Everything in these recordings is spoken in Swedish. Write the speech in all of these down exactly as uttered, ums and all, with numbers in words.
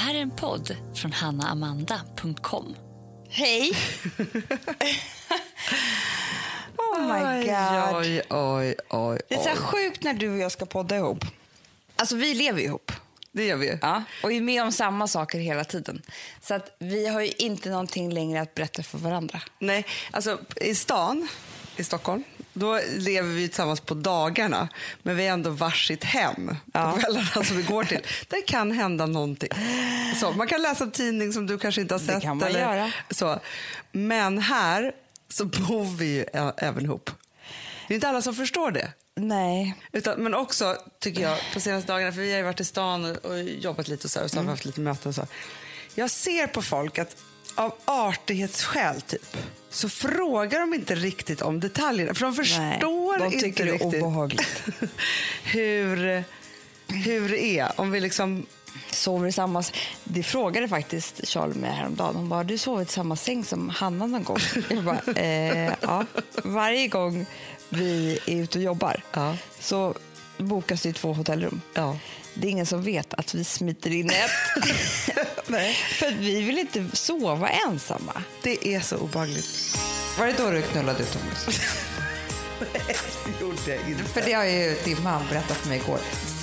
här är en podd från hanna amanda punkt com. Hej! Oh my god. Oj, oj, oj, oj. Det är så sjukt när du och jag ska podda ihop. Alltså vi lever ju ihop. Det gör vi. Ja, och är med om samma saker hela tiden. Så att vi har ju inte någonting längre att berätta för varandra. Nej, alltså i stan, i Stockholm, då lever vi tillsammans på dagarna. Men vi är ändå varsitt hem Ja. på kvällarna som vi går till. Det kan hända någonting. Så, man kan läsa en tidning som du kanske inte har sett. Det kan man eller, göra. Så. Men här så bor vi ju ä- även ihop. Det är inte alla som förstår det. Nej. Utan, men också tycker jag på senaste dagarna, för vi har ju varit i stan och, och jobbat lite och så, och så har vi haft lite möten och så. Jag ser på folk att av artighetsskäl typ så frågar de inte riktigt om detaljerna, för de förstår Nej, de inte tycker riktigt det är obehagligt. hur, hur det är om vi liksom Sover i samma... Det frågade faktiskt Charlie med häromdagen. Hon bara, du sover i samma säng som Hanna någon gång? Jag bara, eh, ja. Varje gång vi är ute och jobbar Ja. så bokas det två hotellrum. ja. Det är ingen som vet att vi smiter in ett. Nej. För att vi vill inte sova ensamma. Det är så obehagligt. Var det då du knullade ut Thomas? Gjorde jag inte. För det har ju din man berättat för mig igår.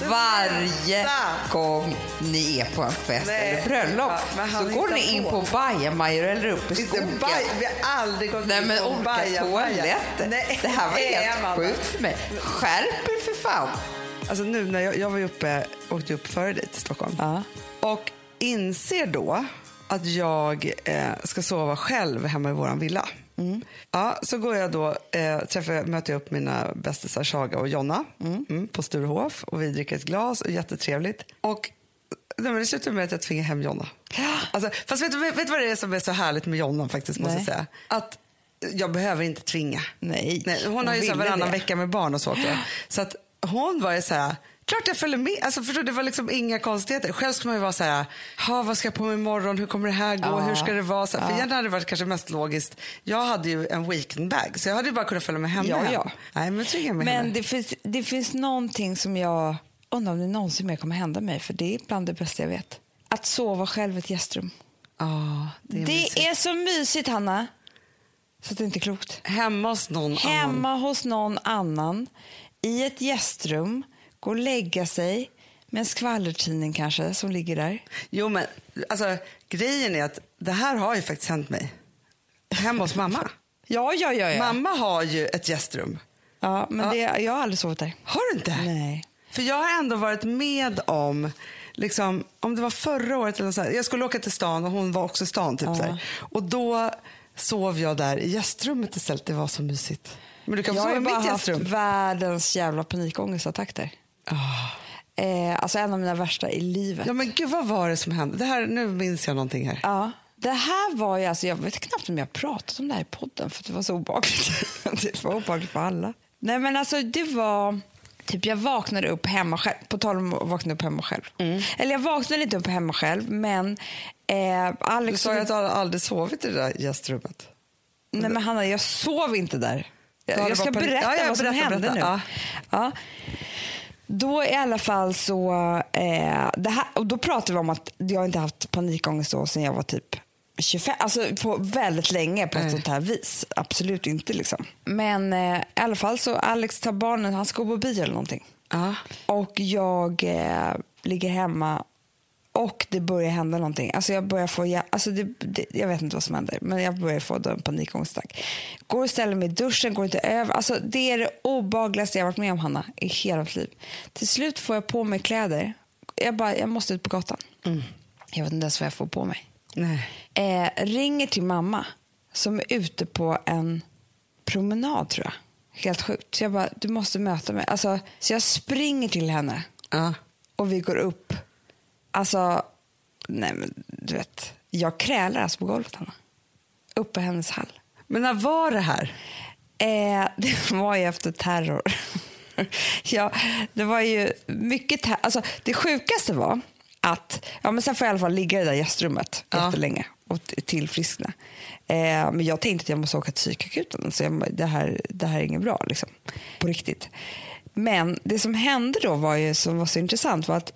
Varje gång ni är på en fest Nej. eller bröllop Ja, men han så går ni hittar in på. på bajamajor eller upp i Inte skogen. baj, vi har aldrig gått Nej, in men på olika baja, baja. toaletter. Nej, Det här var nej, helt Amanda. sjukt för mig. Skärp er för fan. Alltså nu när jag, jag var ju uppe, åkte upp före dig till Stockholm. Ja. Och inser då att jag eh, ska sova själv hemma i våran villa. Mm. Ja, så går jag då, eh, träffar, möter jag upp mina bästisar Saga och Jonna mm. Mm, på Sturehof. Och vi dricker ett glas och jättetrevligt. Och nej, men det slutar med att jag tvingar hem Jonna. Alltså, fast vet du vet, vet vad det är som är så härligt med Jonna faktiskt, måste Nej. jag säga? Att jag behöver inte tvinga. Nej, Nej hon, hon har ju så här ville varannan det. vecka med barn och så. Också. Så att hon var ju så här, klart jag följer med. Alltså förstår, det var liksom inga konstigheter. Själv skulle man ju vara så här, ha, vad ska jag på mig imorgon? Hur kommer det här gå? Ja. Hur ska det vara? Så här, för Ja. egentligen hade det varit kanske mest logiskt. Jag hade ju en weekendbag, så jag hade ju bara kunnat följa med henne. Ja, hem. ja. Nej, men tvinga med Men henne. det finns, det finns någonting som jag undrar om det någonsin mer kommer hända mig. För det är bland det bästa jag vet. Att sova själv i ett gästrum. Ja, det är, Det mysigt. är så mysigt, Hanna. Så det är inte klokt. Hemma hos någon Hemma annan. hos någon annan i ett gästrum, gå och lägga sig med en skvallertidning kanske som ligger där. Jo, men alltså, grejen är att det här har ju faktiskt hänt mig. Hemma hos mamma. Ja, ja, ja. ja. Mamma har ju ett gästrum. Ja, men Ja. Det, jag har aldrig sovit där. Har du inte? Nej. För jag har ändå varit med om, liksom, om det var förra året eller så här, jag skulle åka till stan och hon var också i stan typ Ja. så här. Och då sov jag där i gästrummet istället. Det var så mysigt. Men du kan få Jag har sova ju i bara mitt haft gästrum. världens jävla panikångestattack där. Ah. Eh, alltså en av mina värsta i livet. Ja, men gud, vad var det som hände? Det här, nu minns jag någonting här. Ja, det här var ju, alltså jag vet knappt om jag har pratat om det här i podden för det var så obehagligt. Det var obehagligt för alla. Nej, men alltså det var, typ jag vaknade upp hemma själv, på tal om att vakna upp hemma själv. Mm. Eller jag vaknade inte upp hemma själv, men eh, Alex... Du sa ju att du aldrig sovit i det där gästrummet. Nej, men Hanna, jag sov inte där. har Jag, det jag ska bara panik- berätta Ja, ja, vad som berätta, hände berätta. nu. Ja. Ja. Då i alla fall så... Eh, det här, och då pratade vi om att jag inte haft panikångest då sen jag var typ tjugofem. Alltså på väldigt länge på ett Nej. sånt här vis. Absolut inte liksom. Men eh, i alla fall så Alex tar barnen, han ska gå på bio eller någonting. Ja. Och jag eh, ligger hemma och det börjar hända någonting. Alltså jag börjar få, jag, alltså det, det, jag vet inte vad som händer, men jag börjar få en panikångestattack. Går och ställer mig i duschen, går inte över. Alltså det är det obehagligaste jag varit med om, Hanna, i hela mitt liv. Till slut får jag på mig kläder. Jag bara, jag måste ut på gatan. Mm. Jag vet inte ens vad jag får på mig. Nej. Eh, ringer till mamma som är ute på en promenad, tror jag. Helt sjukt. Så jag bara, du måste möta mig. Alltså, så jag springer till henne Ja. och vi går upp. Alltså, nej men du vet. Jag krälar alltså på golvet, Hanna. Upp på hennes hall. Men när var det här? Eh, det var ju efter terror. Ja, det var ju mycket terror. Alltså, det sjukaste var att, ja men sen får jag i alla fall ligga i det där gästrummet Ja. jättelänge och t- tillfriskna. Eh, men jag tänkte att jag måste åka till psykakuten. Så jag, det, här, det här är inget bra liksom. På riktigt. Men det som hände då var ju, som var så intressant var att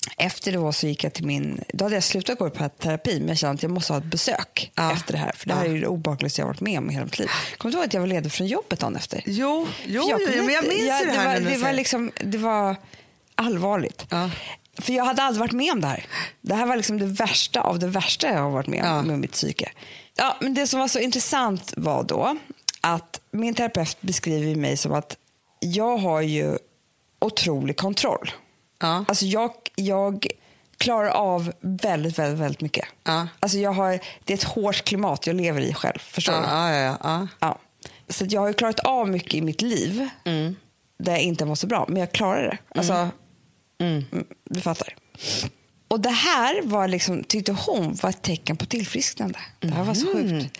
efter det var så gick jag till min... Då hade jag slutat gå på terapi, men jag kände att jag måste ha ett besök ja. efter det här. För det här ja. är ju det obehagligaste jag har varit med om i hela mitt liv. Kommer du ihåg att jag var ledig från jobbet dagen efter? Jo, jo, jag, jo men jag minns jag, det här. Det var, det var, liksom, det var allvarligt. Ja. För jag hade aldrig varit med om det här. Det här var liksom det värsta av det värsta jag har varit med om ja. med mitt psyke. Ja, men det som var så intressant var då att min terapeut beskriver mig som att jag har ju otrolig kontroll. Ja. Alltså jag, jag klarar av väldigt, väldigt, väldigt mycket. Ja. Alltså jag har, det är ett hårt klimat jag lever i själv, förstår ja, du? Ja, ja, ja. Ja. Så jag har ju klarat av mycket i mitt liv mm. där jag inte var så bra, men jag klarar det. Alltså, mm. du fattar. Och det här var liksom, tyckte hon var ett tecken på tillfrisknande. Det här var så mm. sjukt.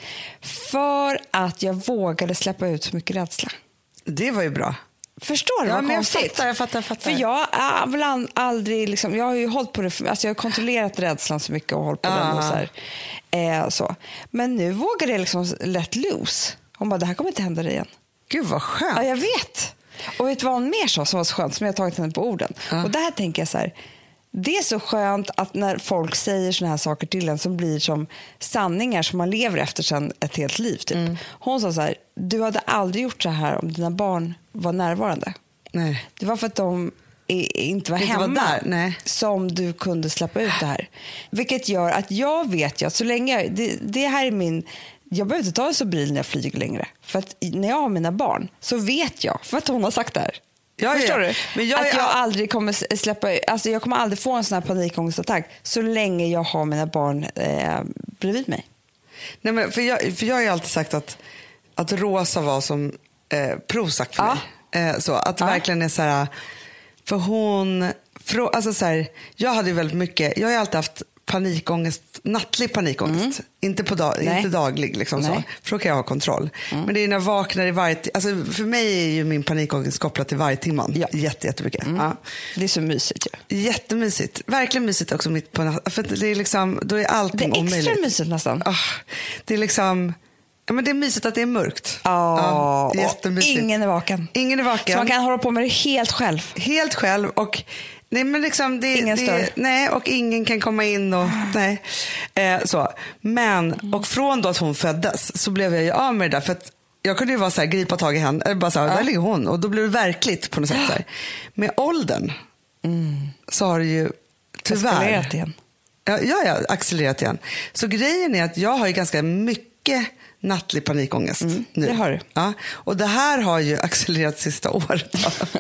För att jag vågade släppa ut så mycket rädsla. Det var ju bra. Förstår du ja, vad men konstigt? Jag fattar, jag fattar, jag fattar. För jag har väl aldrig liksom, jag har ju hållit på det, alltså jag har kontrollerat rädslan så mycket och hållit på ah. den och så här. Eh, så. Men nu vågar det liksom let loose. Hon bara, det här kommer inte hända dig igen. Gud vad skönt. Ja, jag vet. Och vet du vad hon mer sa som var så skönt, som jag har tagit henne på orden. Ah. Och det här tänker jag så här, det är så skönt att när folk säger såna här saker till en som blir som sanningar som man lever efter sedan ett helt liv. Typ. Mm. Hon sa så här, du hade aldrig gjort så här om dina barn var närvarande. Nej. Det var för att de inte var inte hemma var där. Nej. Som du kunde släppa ut det här. Vilket gör att jag vet ju att så länge jag, det, det här är min... Jag behöver inte ta en Sobril när jag flyger längre. För att när jag har mina barn så vet jag, för att hon har sagt det här. Ja, förstår ja. du? Men jag, att jag all... aldrig kommer släppa, alltså jag kommer aldrig få en sån här panikångestattack så länge jag har mina barn eh, bredvid mig. Nej, men för jag, för jag har ju alltid sagt att, att Rosa var som eh, Prozac för ja. mig. Eh, så att det ja. verkligen är så här, för hon, för, alltså så här, jag hade ju väldigt mycket, jag har ju alltid haft panikångest, nattlig panikångest. Mm. Inte, på dag, inte daglig, liksom så. För då kan jag ha kontroll. Mm. Men det är när jag vaknar i varje... Alltså för mig är ju min panikångest kopplad till varje timman. Ja. Jätte, jättemycket. Mm. Ja. Det är så mysigt ju. Jättemysigt. Verkligen mysigt också mitt på natten. För det är liksom, då är allting omöjligt. Det är extra omöjligt. Mysigt nästan. Oh, det är liksom... Ja, men det är mysigt att det är mörkt. Oh, ja, jättemysigt. Ingen är vaken. Ingen är vaken. Så man kan hålla på med det helt själv. Helt själv och... Nej, men liksom det, ingen det, nej, och ingen kan komma in och nej. Eh, så. Men, och från då att hon föddes så blev jag ju av med det där. För att jag kunde ju vara så här, gripa tag i henne, eller bara så här, ja. där ligger hon. Och då blev det verkligt på något sätt så här. Med åldern mm. så har det ju tyvärr... Accelererat igen. Ja, ja, ja, accelererat igen. Så grejen är att jag har ju ganska mycket nattlig panikångest mm, nu. Det har du. Ja, och det här har ju accelererat sista året.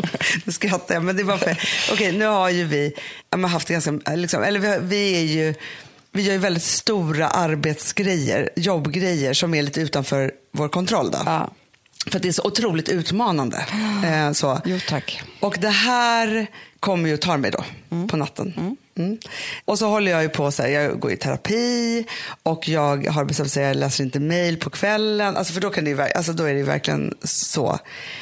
Nu skrattar jag, men det var för... Okej, okay, nu har ju vi ja, haft ganska... Liksom, eller vi, har, vi är ju... Vi gör ju väldigt stora arbetsgrejer, jobbgrejer som är lite utanför vår kontroll då. Ja. För att det är så otroligt utmanande. Eh, så. Jo, tack. Och det här kommer ju ta mig då mm. på natten. Mm. Mm. Och så håller jag ju på så här, jag går i terapi och jag har bestämt sig att jag läser inte mejl på kvällen. Alltså för då kan det ju, alltså då är det ju verkligen så.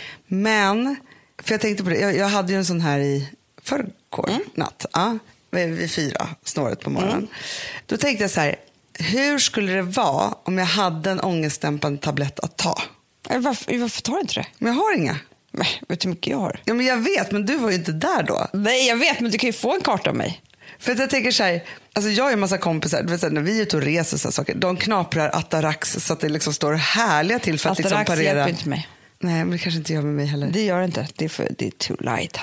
Men, för jag tänkte på det, jag, jag hade ju en sån här i förrgår mm. natt. Ja, vid fyra, snåret på morgonen. Mm. Då tänkte jag så här, hur skulle det vara om jag hade en ångestdämpande tablett att ta? Varför, varför tar du inte det? Men jag har inga. Men, vet du hur mycket jag har? Ja, men jag vet, men du var ju inte där då. Nej, jag vet, men du kan ju få en karta av mig. För att jag tänker så här, alltså jag har ju en massa kompisar, du vet, när vi är ute och reser så saker, de knaprar Atarax så att det liksom står härliga till för att Atarax liksom parera. hjälper inte mig. Nej, men det kanske inte gör med mig heller. Det gör det inte. Det är, för, det är too light.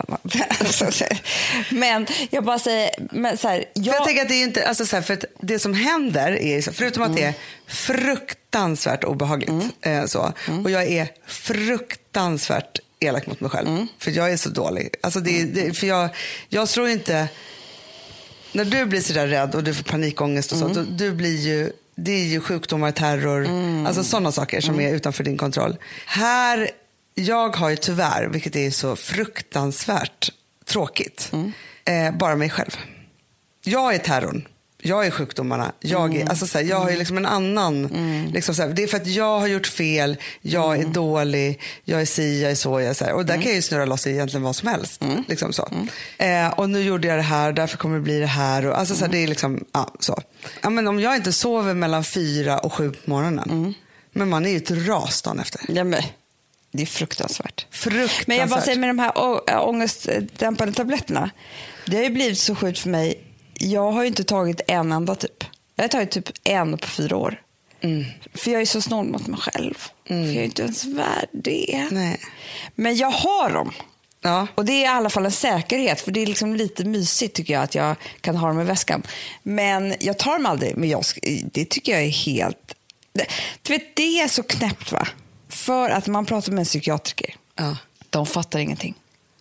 Men jag bara säger... Men så här, jag... För jag tänker att det är inte... Alltså så här, för att det som händer är... Förutom att mm. det är fruktansvärt obehagligt. Mm. Eh, så, mm. Och jag är fruktansvärt elak mot mig själv. Mm. För jag är så dålig. Alltså det, det, för jag, jag tror inte... När du blir så där rädd och du får panikångest och så, mm. då, du blir ju... Det är ju sjukdomar, terror, mm. alltså sådana saker som mm. är utanför din kontroll. Här, jag har ju tyvärr, vilket är så fruktansvärt tråkigt, mm. eh, bara mig själv. Jag är terrorn, jag är sjukdomarna, jag, är, mm. alltså, så här, jag har ju liksom en annan, mm. liksom, så här, det är för att jag har gjort fel, jag mm. är dålig, jag är si, jag är så, jag är så här, och där mm. kan jag ju snurra loss egentligen vad som helst. Mm. Liksom så. Mm. Eh, och nu gjorde jag det här, därför kommer det bli det här. Och, alltså, mm. så här, det är liksom, ja, så. Ja, men om jag inte sover mellan fyra och sju på morgonen, mm. men man är ju ett ras dagen efter. Ja, men. Det är fruktansvärt. Fruktansvärt. Men jag bara säger med de här å- ångestdämpande tabletterna. Det har ju blivit så sjukt för mig. Jag har ju inte tagit en enda typ. Jag har tagit typ en på fyra år. Mm. För jag är så snål mot mig själv. Mm. För jag är inte ens värd det. Nej. Men jag har dem. Ja. Och det är i alla fall en säkerhet. För det är liksom lite mysigt tycker jag att jag kan ha dem i väskan. Men jag tar dem aldrig. Men jag, det tycker jag är helt... Du vet, det är så knäppt va? För att man pratar med en psykiatriker. Ja. De fattar ingenting.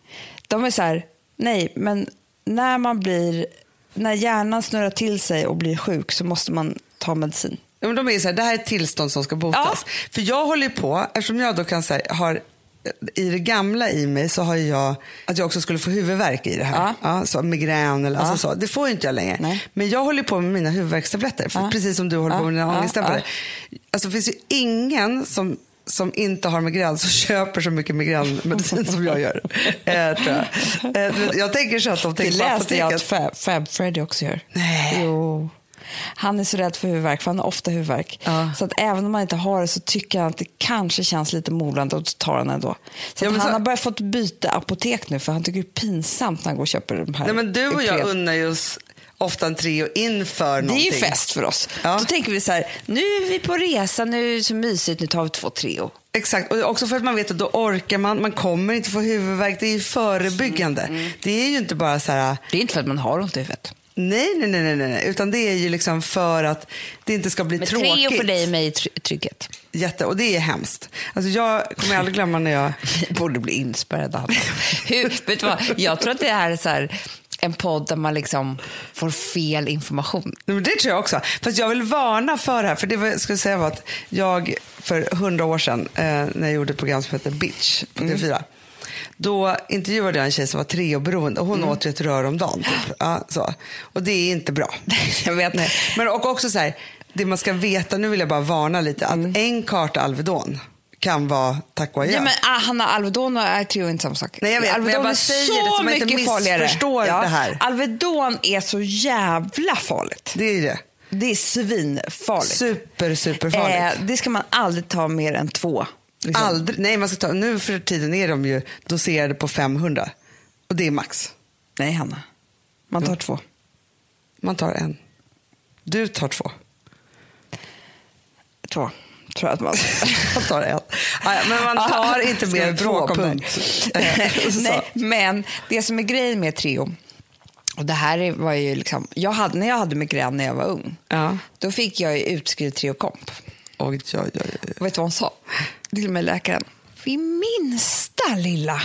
De är så här, nej, men när man blir... När hjärnan snurrar till sig och blir sjuk så måste man ta medicin. Ja, men de är så här, det här är ett tillstånd som ska botas. Ja. För jag håller ju på, eftersom jag då kan säga, har i det gamla i mig så har jag att jag också skulle få huvudvärk i det här. Ja. Ja, så migrän eller ja. alltså så. Det får ju inte jag längre. Nej. Men jag håller på med mina huvudvärkstabletter. För ja. precis som du håller ja. på med dina ja. ångesttabletter. Ja. Alltså det finns ju ingen som som inte har migrän så köper så mycket migränmedicin som jag gör. eh, tror jag. Eh, jag tänker så att de tänker det läste jag att Fab, Fab Freddy också gör. Nej. Jo. Han är så rädd för huvudvärk, för han har ofta huvudvärk. Ja. Så att även om man inte har det så tycker han att det kanske känns lite molande och tar han ändå. Så, ja, att han så... har börjat fått byta apotek nu för han tycker det är pinsamt när han går och köper de här. Nej, men du och jag unnar ju oss ofta en trio inför någonting. Det är ju fest för oss. Ja. Då tänker vi så här, nu är vi på resa, nu är det så mysigt, nu tar vi två trio. Exakt, och också för att man vet att då orkar man, man kommer inte få huvudvärk, det är ju förebyggande. Mm. Mm. Det är ju inte bara så här... Det är inte för att man har ont i huvudet. Nej, nej, nej, nej, nej, utan det är ju liksom för att det inte ska bli men tråkigt. Men trio för dig är mig trygghet. Jätte, och det är hemskt. Alltså jag kommer aldrig glömma när jag... borde bli inspärrad. Hur, vet du vad, jag tror att det här är så här... en podd där man liksom får fel information. Det tror jag också. Fast jag vill varna för det här. För det var, skulle säga var att jag för hundra år sedan eh, när jag gjorde ett program som heter Bitch på T fyra. Mm. Då intervjuade jag en tjej som var treoberoende och hon mm. åt ett rör om dagen. Typ. Ja, så. Och det är inte bra. Jag vet inte. Men och också så här, det man ska veta, nu vill jag bara varna lite, att mm. en karta Alvedon kan vara tack och adjö. Ja, men ah, Hanna, Alvedon är tror inte samma sak. Nej, jag vet, Alvedon men jag bara är säger så det som jag inte missförstår ja. det här. Alvedon är så jävla farligt. Det är det. Det är svinfarligt. Super, super farligt. Eh, det ska man aldrig ta mer än två. Liksom. Aldrig, nej, man ska ta, nu för tiden är de ju doserade på femhundra. Och det är max. Nej, Hanna. Man tar jo. två. Man tar en. Du tar två. Två. Tror jag att man, man tar en. Ja, men man tar ja, inte mer bråk om Nej, men det som är grejen med trio, och det här var ju liksom, jag hade, när jag hade migrän när jag var ung, ja. då fick jag ju utskrivet triokomp. Oj, oj, oj, oj. Och vet du vad hon sa? Till och med läkaren. Vid minsta lilla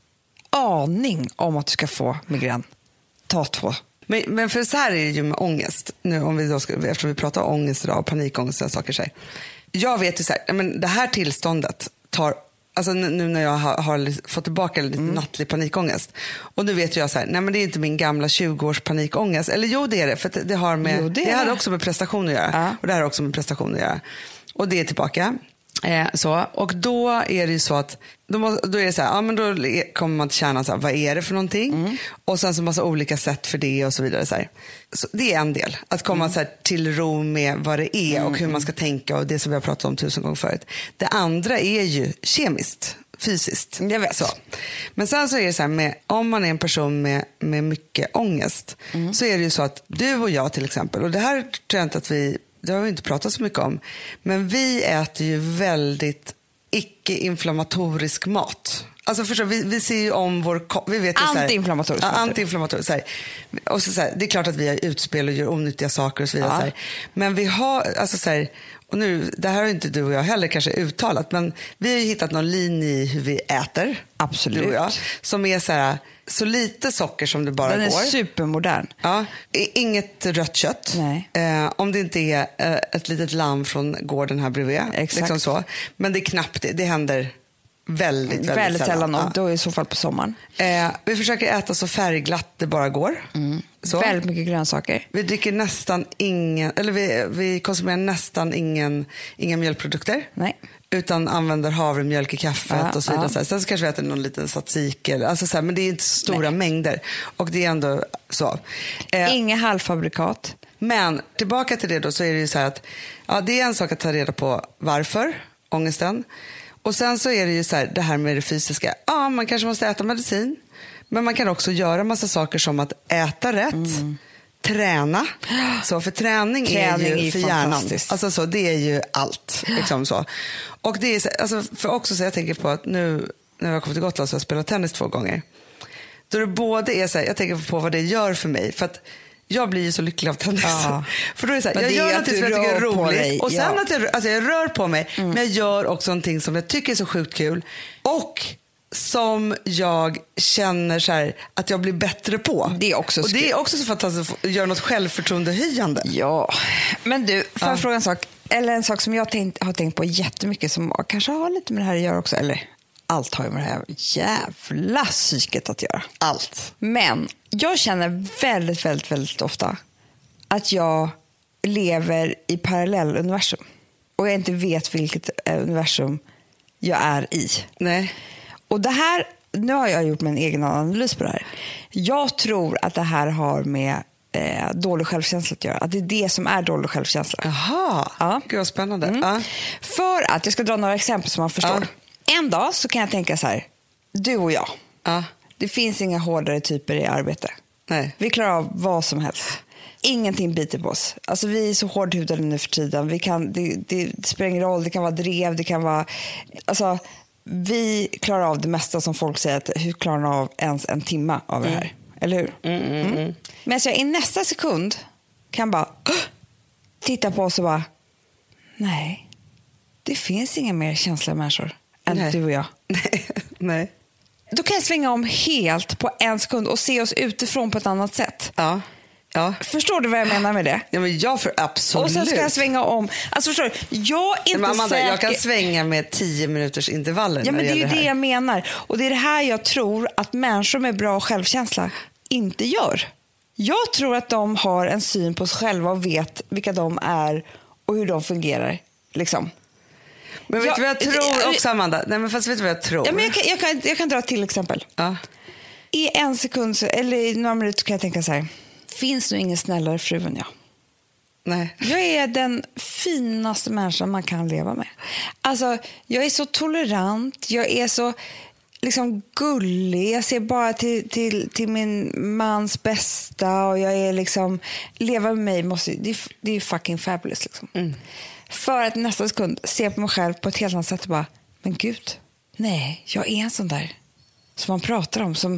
aning om att du ska få migrän, ta två. Men, men för så här är det ju med ångest. Nu, om vi då ska, eftersom vi pratar om ångest idag och panikångest och saker så här. Jag vet ju så här, men det här tillståndet tar, alltså nu när jag har, har fått tillbaka lite mm. nattlig panikångest. Och nu vet jag så här, nej men det är inte min gamla tjugo-års panikångest. Eller jo det är det, för det, det har med, jo, det, det hade också med prestation att göra. Ja. Och det här har också med prestation att göra. Och det är tillbaka. Eh, så. Och då är det ju så att då, må, då är det så här, ja, men då kommer man till kärnan så här, vad är det för någonting? Mm. Och sen så massa olika sätt för det och så vidare. Så, här. Så det är en del, att komma mm. så här, till ro med vad det är mm. och hur man ska tänka och det som vi har pratat om tusen gånger förut. Det andra är ju kemiskt, fysiskt. Jag vet. Så. Men sen så är det så här, med, om man är en person med, med mycket ångest mm. så är det ju så att du och jag till exempel, och det här tror jag inte att vi det har vi inte pratat så mycket om. Men vi äter ju väldigt icke-inflammatorisk mat. Alltså förstår, vi, vi ser ju om vår... Vi vet ju anti-inflammatorisk mat. Ja, anti-inflammatorisk. Så här. Och så, så här, det är klart att vi har utspel och gör onyttiga saker och så vidare. Ja. Så här. Men vi har... Alltså så här, och nu, det här har inte du och jag heller kanske uttalat. Men vi har ju hittat någon linje i hur vi äter. Absolut. Du och jag, som är så här... Så lite socker som det bara går. Den är går. supermodern. Ja, inget rött kött. Nej. Eh, om det inte är eh, ett litet lamm från gården här bredvid. Exakt. Liksom så. Men det är knappt det. Det händer väldigt, väldigt, väldigt sällan. sällan och ja. då i så fall på sommaren. Eh, vi försöker äta så färgglatt det bara går. Mm. Så. Väldigt mycket grönsaker. Vi dricker nästan ingen, eller vi, vi konsumerar nästan ingen, inga mjölkprodukter. Nej. Utan använder havremjölk i kaffet ja, och så vidare. Ja. Sen så kanske vi äter någon liten tzatziki. Alltså så här, men det är inte så stora Nej. mängder. Och det är ändå så. Eh, Inga halvfabrikat. Men tillbaka till det då, så är det ju så här att ja, det är en sak att ta reda på varför ångesten. Och sen så är det ju så här, det här med det fysiska. Ja, man kanske måste äta medicin. Men man kan också göra massa saker som att äta rätt. Mm. Träna. Så för träning, träning är ju är för hjärnan. Alltså så, det är ju allt. Liksom så. Och det är så, alltså för också så jag tänker på att nu när jag kommer till Gotland så har jag spelat tennis två gånger. Då det både är så här, jag tänker på vad det gör för mig. För att jag blir ju så lycklig av tennis. Ja. För då är det så här, jag det gör något som jag tycker är roligt. Och sen ja. att jag, alltså jag rör på mig. Mm. Men jag gör också någonting som jag tycker är så sjukt kul. Och som jag känner så här, att jag blir bättre på. Det är också, och det är också så fantastiskt att göra något självförtroendehöjande. Ja, men du, får jag ja. fråga en sak? Eller en sak som jag tänkt, har tänkt på jättemycket som kanske har lite med det här att göra också. Eller allt har ju med det här jävla psyket att göra. Allt. Men jag känner väldigt, väldigt, väldigt ofta att jag lever i parallelluniversum. Och jag inte vet vilket universum jag är i. Nej. Och det här, nu har jag gjort min egen analys på det här. Jag tror att det här har med eh, dålig självkänsla att göra. Att det är det som är dålig självkänsla. Jaha, ja. Gud vad spännande. Mm. Ja. För att, jag ska dra några exempel som man förstår. Ja. En dag så kan jag tänka så här, du och jag. Ja. Det finns inga hårdare typer i arbete. Nej. Vi klarar av vad som helst. Ingenting biter på oss. Alltså vi är så hårdhudade nu för tiden. Vi kan, det, det, det spelar ingen roll, det kan vara drev, det kan vara... Alltså, vi klarar av det mesta som folk säger att hur klarar man av ens en timme av det här? Mm. Eller hur? Mm, mm, mm. Mm. Men så jag i nästa sekund kan bara titta på oss och bara nej, det finns inga mer känsliga människor än nej. Du och jag. Nej. Nej. Då kan jag svänga om helt på en sekund och se oss utifrån på ett annat sätt. Ja. Ja. Förstår du vad jag menar med det? Ja, men jag för absolut. Och sen ska jag svänga om. Alltså förstår du, jag är inte men Amanda, säker. Jag kan svänga med tio minuters intervaller. Ja, men det är ju det, det jag menar. Och det är det här jag tror att människor med bra självkänsla inte gör. Jag tror att de har en syn på sig själva och vet vilka de är och hur de fungerar. Liksom. Men vet du vad jag tror också, Amanda? Nej, men fast vet du vad jag tror? Ja, men jag, kan, jag, kan, jag kan dra till exempel. Ja. I en sekund, eller i några minuter kan jag tänka så här. Finns nog ingen snällare fru än jag. Nej. Jag är den finaste människan man kan leva med. Alltså, jag är så tolerant. Jag är så liksom gullig. Jag ser bara till, till, till min mans bästa. Och jag är liksom... Leva med mig måste... Det är, det är fucking fabulous liksom. Mm. För att nästa sekund se på mig själv på ett helt annat sätt och bara... Men gud, nej, jag är en sån där som man pratar om som...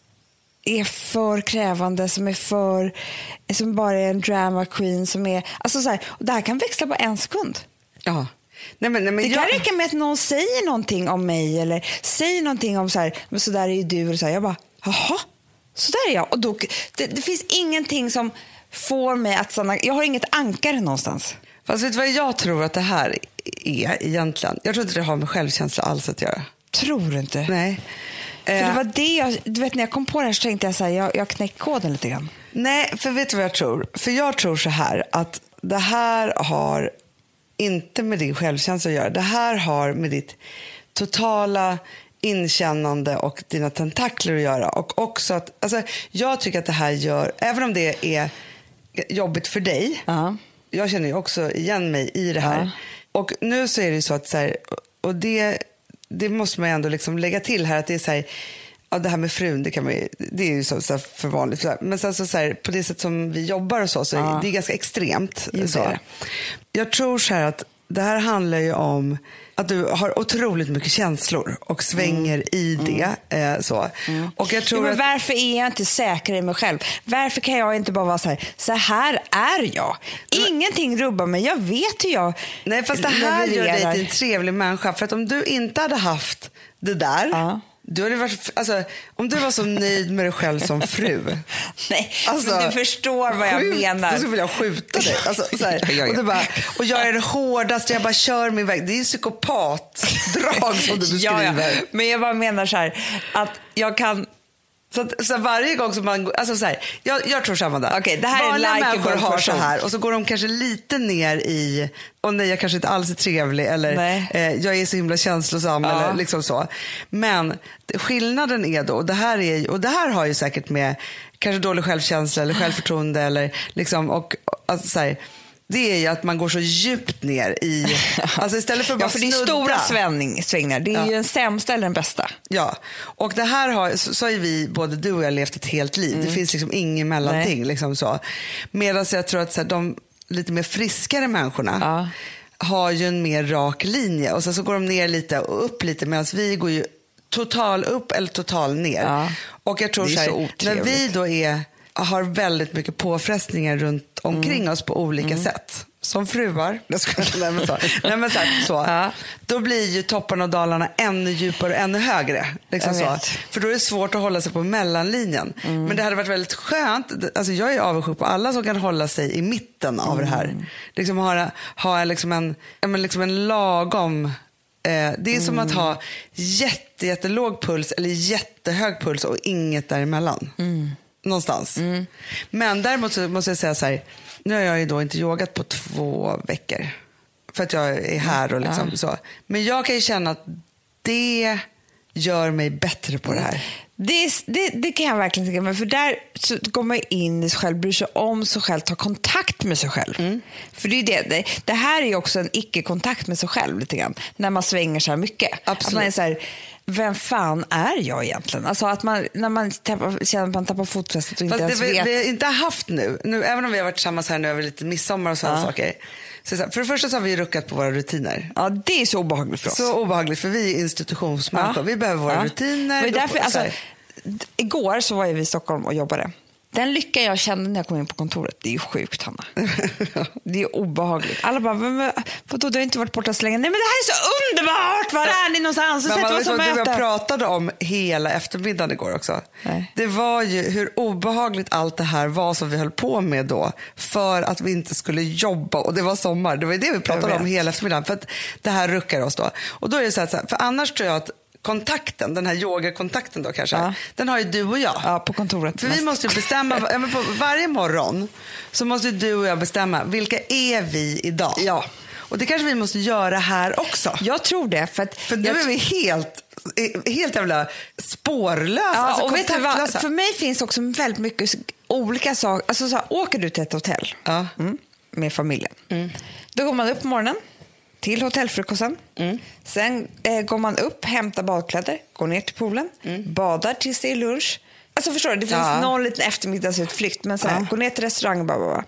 är för krävande, som är för som bara är en drama queen som är, alltså så här, och det här kan växla på en sekund. Ja. Nej, men, nej, men det jag... kan räcka med att någon säger någonting om mig eller säger någonting om så här, men så där är ju du och så här, jag bara, jaha, så där är jag. Och då, det, det finns ingenting som får mig att stanna, jag har inget ankare någonstans. Fast vet du vad jag tror att det här är egentligen? Jag tror inte det har med självkänsla alls att göra. Tror du inte? Nej. För det var det jag, du vet när jag kom på det här så tänkte jag så här, jag, jag knäckte koden lite grann. Nej, för vet du vad jag tror? För jag tror så här att det här har inte med din självkänsla att göra. Det här har med ditt totala inkännande och dina tentakler att göra. Och också att, alltså jag tycker att det här gör, även om det är jobbigt för dig, uh-huh. jag känner ju också igen mig i det här. Uh-huh. Och nu så är det ju så att så här, och det det måste man ändå liksom lägga till här att det är så här, ja, det här med frun, det kan man ju, det är ju så, så för vanligt. Men sen så, så här, på det sätt som vi jobbar och så, så ja. Det är ganska extremt. Så. Jag tror så här att det här handlar ju om att du har otroligt mycket känslor och svänger mm. i det. Mm. Eh, så. Mm. Och jag tror ja, men att... varför är jag inte säker i mig själv? Varför kan jag inte bara vara så här, så här är jag. Ingenting rubbar mig, jag vet hur jag... Nej, fast det här gör dig till en trevlig människa. För att om du inte hade haft det där... Ja. Du hade varit, alltså, om du var så nöjd med dig själv som fru. Nej, alltså, men du förstår vad jag skjut, menar. Då skulle jag skjuta dig. Alltså, så här, och, du bara, och jag är det hårdaste, jag bara kör min väg. Det är ju psykopatdrag som du beskriver. Ja, ja. Men jag bara menar så här, att jag kan... Så, att, så varje gång som man... Alltså så här, jag, jag tror samma där. Okay, det här vanliga är människor har så här och så går de kanske lite ner i... Och nej, jag kanske inte alls är trevlig eller eh, jag är så himla känslosam ja. Eller liksom så. Men skillnaden är då, och det här, är, och det här har ju säkert med kanske dålig självkänsla eller självförtroende eller liksom... Och, alltså, så här, det är ju att man går så djupt ner i... Alltså istället för att bara ja, för det är snudda. stora svängning, svängningar. Det är Ja. ju den sämsta eller den bästa. Ja, och det här har, så, så har ju vi, både du och jag, levt ett helt liv. Mm. Det finns liksom ingen mellanting. Liksom så. Medan jag tror att så här, de lite mer friskare människorna Ja. har ju en mer rak linje. Och sen så går de ner lite och upp lite, medan vi går ju total upp eller total ner. Ja. Och jag tror Det är så här, så när otrevligt. vi då är, har väldigt mycket påfrestningar runt omkring Mm. oss på olika mm. sätt. Som fruar, det ska jag nej, men så. Nej, men så, här, så. Ja. Då blir ju topparna och dalarna ännu djupare och ännu högre. Liksom så. För då är det svårt att hålla sig på mellanlinjen. Mm. Men det hade varit väldigt skönt. Alltså jag är avundsjuk på alla som kan hålla sig i mitten av mm. det här. Liksom ha, ha liksom en, liksom en lagom... Eh, det är mm. som att ha jätte, jättelåg puls eller jättehög puls och inget däremellan. Mm. Någonstans. Mm. Men däremot så måste jag säga så här, nu har jag ju då inte yogat på två veckor för att jag är här och liksom ja. så. Men jag kan ju känna att det gör mig bättre på det här. Det, det, det kan jag verkligen tänka mig. För där så går man in i sig själv, bryr sig om sig själv, tar kontakt med sig själv. Mm. För det, är det, det, det här är ju också en icke-kontakt med sig själv lite grann. När man svänger så här mycket. Absolut. Att man är så här, vem fan är jag egentligen? Alltså att man, när man tappar, känner att man tappar fotfästet och inte ens det vi, vet. vi har inte haft nu, nu, även om vi har varit tillsammans här nu över lite midsommar och sådana ja. saker. Så, så, för det första så har vi ruckat på våra rutiner. Ja, det är så obehagligt för oss. Så obehagligt, för vi är institutionsmänniskor. Ja. Vi behöver våra ja. rutiner. Men därför, alltså, igår så var vi i Stockholm och jobbade. Den lycka jag kände när jag kom in på kontoret, det är ju sjukt, Hanna. Det är obehagligt. Alla bara, men, vadå, du har inte varit borta så länge. Nej, men det här är så underbart! Var är ni någonstans? Men man vet vad du jag pratade om hela eftermiddagen igår också. Nej. Det var ju hur obehagligt allt det här var som vi höll på med då. För att vi inte skulle jobba. Och det var sommar. Det var det vi pratade om hela eftermiddagen. För att det här ruckar oss då. Och då är det så här, för annars tror jag att kontakten, den här yogakontakten då kanske, ja. den har ju du och jag. Ja, på kontoret. För mest. vi måste ju bestämma, på varje morgon så måste du och jag bestämma, vilka är vi idag? Ja. Och det kanske vi måste göra här också. Jag tror det. För, att för nu är vi helt, helt jävla spårlösa, ja, alltså och vet du vad? kontaktlösa. För mig finns också väldigt mycket olika saker. Alltså så här, åker du till ett hotell ja. mm, med familjen, mm. då går man upp på morgonen till hotellfrukosten. Mm. Sen eh, går man upp, hämtar badkläder, går ner till poolen, mm. badar tills det är lunch. Alltså förstår du, det finns ja. någon liten eftermiddagsutflykt, men så här, ja. gå ner till restaurangen, bara, bara.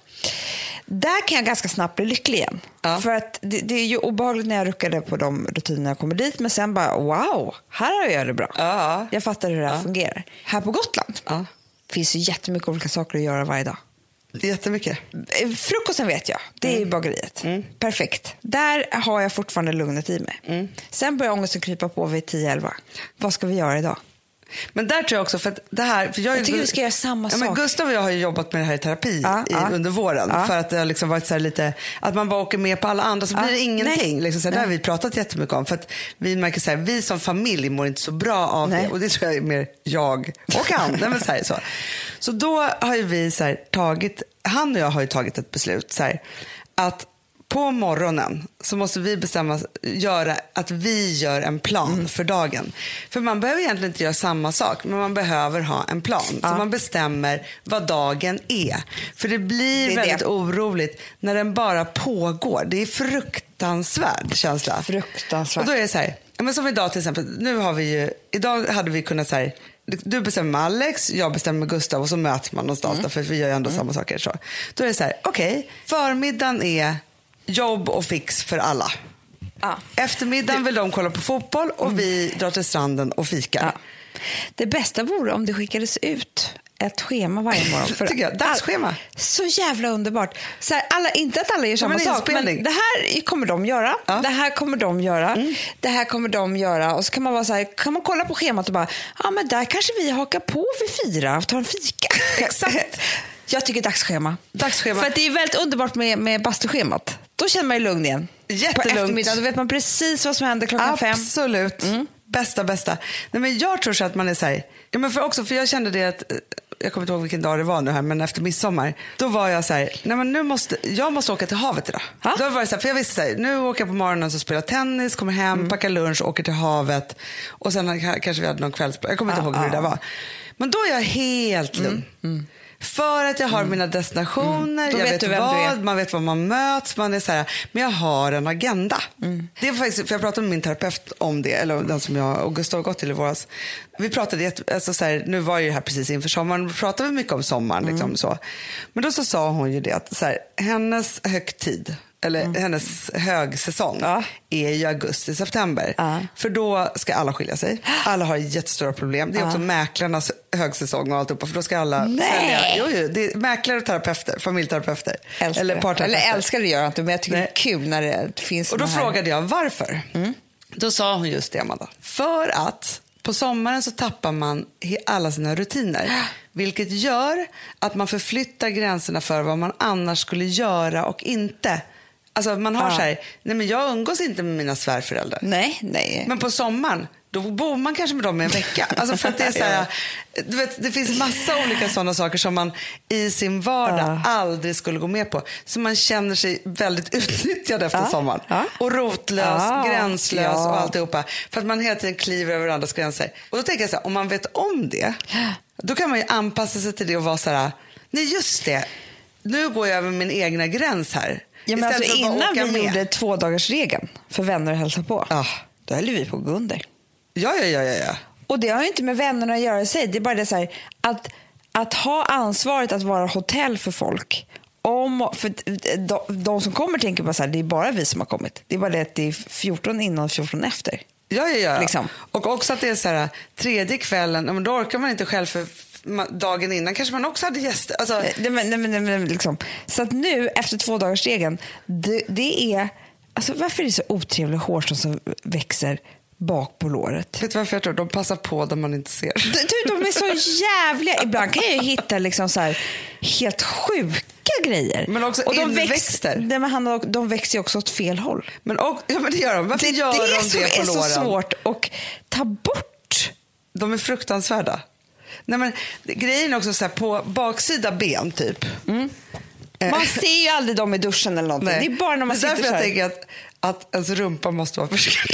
Där kan jag ganska snabbt bli lycklig igen. Ja. För att det, det är ju obehagligt när jag ruckade på de rutinerna jag kommer dit, men sen bara, wow, här har jag det bra. Ja. Jag fattar hur det här ja. fungerar. Här på Gotland ja. finns ju jättemycket olika saker att göra varje dag. Jättemycket. Frukosten vet jag, det är mm. bageriet. Mm. Perfekt. Där har jag fortfarande lugnet i mig. Mm. Sen börjar ångesten krypa på vid tio elva. Vad ska vi göra idag? Men där tror jag också, för att det här... För jag, jag tycker vi ska göra samma ja, sak. Men Gustav och jag har ju jobbat med det här i terapi ja, i, ja. under våren. Ja. För att det har liksom varit så här lite... Att man bara åker med på alla andra så ja. blir det ingenting. Liksom, så här, det har vi pratat jättemycket om. För att vi märker så här, vi som familj mår inte så bra av Nej. det. Och det tror jag är mer jag och han. Nej, men så, här, så. så då har ju vi så här, tagit... Han och jag har ju tagit ett beslut så här, att på morgonen så måste vi bestämma göra att vi gör en plan mm. för dagen. För man behöver egentligen inte göra samma sak, men man behöver ha en plan. Ja. Så man bestämmer vad dagen är. För det blir det väldigt det. oroligt när den bara pågår. Det är fruktansvärd känsla. Fruktansvärt. Och då är det så här, men som idag till exempel, nu har vi ju, idag hade vi kunnat så här, du bestämmer med Alex, jag bestämmer med Gustav och så möts man någonstans mm. för vi gör ju ändå mm. samma saker. Så. Då är det så här, okej, okay, förmiddagen är jobb och fix för alla. Ah. Eftermiddagen vill de kolla på fotboll och mm. vi drar till stranden och fikar. Ah. Det bästa vore om det skickades ut ett schema varje morgon. För Tycker jag, dagsschema. Så jävla underbart. Så här, alla, inte att alla gör samma sak, men det här kommer de göra. Ja. Det här kommer de göra. Mm. Det här kommer de göra. Och så kan man vara så här, kan man kolla på schemat och bara, ja men där kanske vi hakar på vid fyra och tar en fika. Exakt. Jag tycker dagsschema. dagsschema. För att det är väldigt underbart med, med bastuschemat. Då känner man ju lugn igen. Jättelugnt. På eftermiddagen, då vet man precis vad som händer klockan Absolut. fem. Absolut. Mm. Bästa, bästa. Nej, men jag tror så att man är så här, ja, men för också, för jag kände det att, jag kommer inte ihåg vilken dag det var nu här, men efter midsommar, då var jag så här, nej men nu måste, jag måste åka till havet idag. Ha? Då var det så här, för jag visste så här, nu åker jag på morgonen så spelar tennis, kommer hem, mm. packar lunch, åker till havet och sen kanske vi hade någon kvällsplats, jag kommer inte ah, ihåg hur ah. det där var. Men då är jag helt lugn. Mm. Mm. För att jag har mina destinationer, Mm. Då jag vet vet, du vem vad, du är. man vet var man möts, man är så här, men jag har en agenda. Mm. Det är faktiskt, för jag pratade med min terapeut om det, eller den som jag och Gustav har gått till i våras. Vi pratade, jätte- alltså så här, nu var ju det här precis inför sommaren, vi pratade mycket om sommaren. Liksom, Mm. så. Men då så sa hon ju det att så här, hennes högtid, eller Mm. hennes högsäsong Ja. är ju augusti-september. Ja. För då ska alla skilja sig. Alla har jättestora problem. Det är också mäklarnas högsäsong och alltihopa. För då ska alla Nej. sälja. Jo, jo, det är mäklare och terapeuter, familjeterapeuter. Älskar Eller det. parterapeuter. Eller älskar det gör jag inte, men jag tycker Nej. det är kul när det finns Och då såna här. frågade jag varför. Då sa hon just det, Amanda. För att på sommaren så tappar man he- alla sina rutiner. Vilket gör att man förflyttar gränserna för vad man annars skulle göra och inte. Alltså man har Ja. så här, nej men jag umgås inte med mina svärföräldrar. Nej, nej. Men på sommaren, då bor man kanske med dem i en vecka. Alltså för att det är så här, du vet, det finns massa olika sådana saker som man i sin vardag Ja. aldrig skulle gå med på. Så man känner sig väldigt utnyttjad efter Ja. sommaren. Ja. Och rotlös, Ja. gränslös Ja. och alltihopa. För att man hela tiden kliver över andras gränser. Och då tänker jag så här, om man vet om det, då kan man ju anpassa sig till det och vara så här, nej just det, nu går jag över min egna gräns här. Ja, men Istället alltså, för att bara innan åka vi med. gjorde två dagars regeln för vänner att hälsa på, Ja. då höll vi på att gå under. Ja, ja, ja, ja, ja. Och det har ju inte med vännerna att göra i sig. Det är bara det så här, att, att ha ansvaret att vara hotell för folk. Om, för de, de som kommer tänker bara så här, det är bara vi som har kommit. Det är bara det att det är fjorton innan och fjorton efter. Ja, ja, ja. Liksom. Och också att det är så här, tredje kvällen, ja, men då orkar man inte själv för ma- dagen innan. Kanske man också hade gäster. Alltså, Nej, men, nej, men, nej, men, liksom. Så att nu, efter två dagars regeln, det, det är... Alltså, varför är det så otrevliga hårstrån som växer bak på låret? vet du varför jag tror? De passar på där man inte ser. Du, de är så jävliga. Ibland kan jag ju hitta liksom så här helt sjuka grejer. Men också och de inväxter. Nej, men han, de växer ju också åt fel håll. Men, och, ja, men det gör de. Varför Det, gör det är de som det på är så låren? svårt att ta bort. De är fruktansvärda. Nej, men, det, grejen är också så här, på baksida ben typ. Man ser ju aldrig dem i duschen eller någonting. Nej. Det är bara när man det är sitter därför så jag här. tänker att, att ens rumpa måste vara förskräcklig.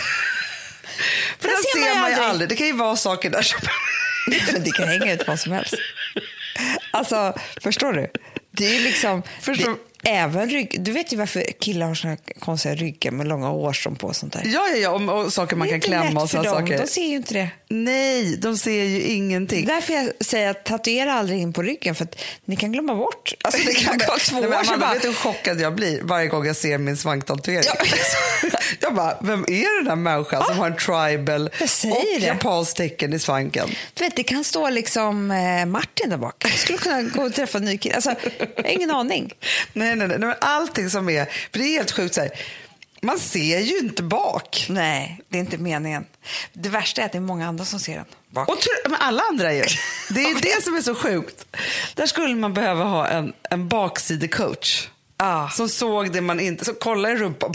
För Den den ser man ser ju man ju aldrig. aldrig. Det kan ju vara saker där som... Men det kan hänga ut vad som helst. Alltså, förstår du? Det är ju liksom... Förstår- Det, även rygg... Du vet ju varför killar har såna här konstiga ryggar med långa hårstrån på och sånt där. Ja, ja, ja. Och, och saker man Det är kan inte klämma och lätt för sådana dem. saker. De ser ju inte det. Nej, de ser ju ingenting. Därför jag säger att tatuera aldrig in på ryggen, för att ni kan glömma bort. Alltså det kan gå två Nej, men år så Amanda, bara... vet du hur chockad jag blir varje gång jag ser min svanktatuering? Ja. Jag bara, vem är den där människan som har en tribal Jag säger och det. japanskt tecken i svanken? Du vet, det kan stå liksom eh, Martin där bak. Jag skulle kunna gå och träffa en ny kille. Alltså, jag har ingen aning. Nej, nej, nej, nej, men allting som är, för det är helt sjukt så här, man ser ju inte bak. Nej, det är inte meningen. Det värsta är att det är många andra som ser den bak. Och tro- men alla andra ju. Det är ju det som är så sjukt. Där skulle man behöva ha en, en baksidecoach. Ah. Som såg det man inte, som kollar i rumpan på.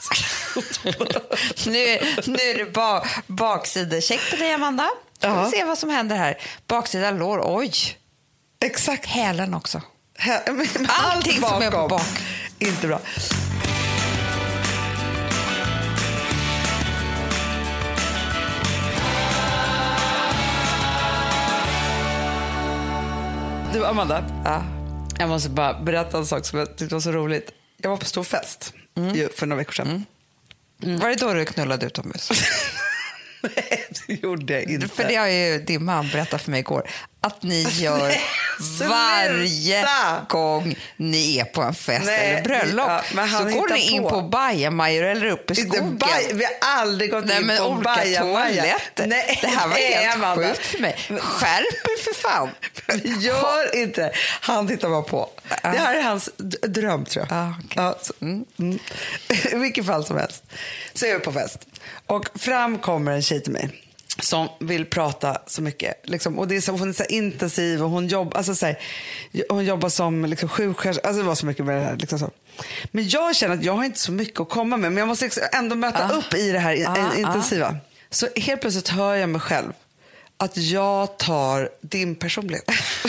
nu, nu är det ba, baksidcheck på dig, Amanda. Ja. Vi se vad som händer här. Baksida lår, oj. Exakt. Hälen också. Här, men, men Allting allt som är på bakom. bak. Inte bra. Du, Amanda. Ja. Jag måste bara berätta en sak som jag tyckte var så roligt. Jag var på stor fest ju, för några veckor sedan. Mm. Var det då du knullade utomhus? Nej, det gjorde jag inte. För det har ju din man berättat för mig igår. Att ni gör sluta! varje gång ni är på en fest Nej, eller bröllop. ja, men han så går hittar ni in på. på bajamajor eller upp i Inte skogen. baj, vi har aldrig gått Nej, in men på olika bajamaja. toaletter. Nej, Det här var nej, helt Amanda. sjukt för mig. Skärp er för fan. Vi gör inte det. Han tittar bara på. Det här är hans d- dröm, tror jag. Ah, okay. Ja, så, mm, mm. I vilket fall som helst så är vi på fest. Och fram kommer en tjej till mig som vill prata så mycket. Liksom, och det är så, hon är så intensiv och hon, jobb, alltså, så här, hon jobbar som liksom, sjuksköterska. Alltså, det var så mycket med det här. Liksom, så. Men jag känner att jag har inte så mycket att komma med. Men jag måste liksom ändå möta Ah. upp i det här Ah, ah, intensiva. ah. Så helt plötsligt hör jag mig själv att jag tar din personlighet.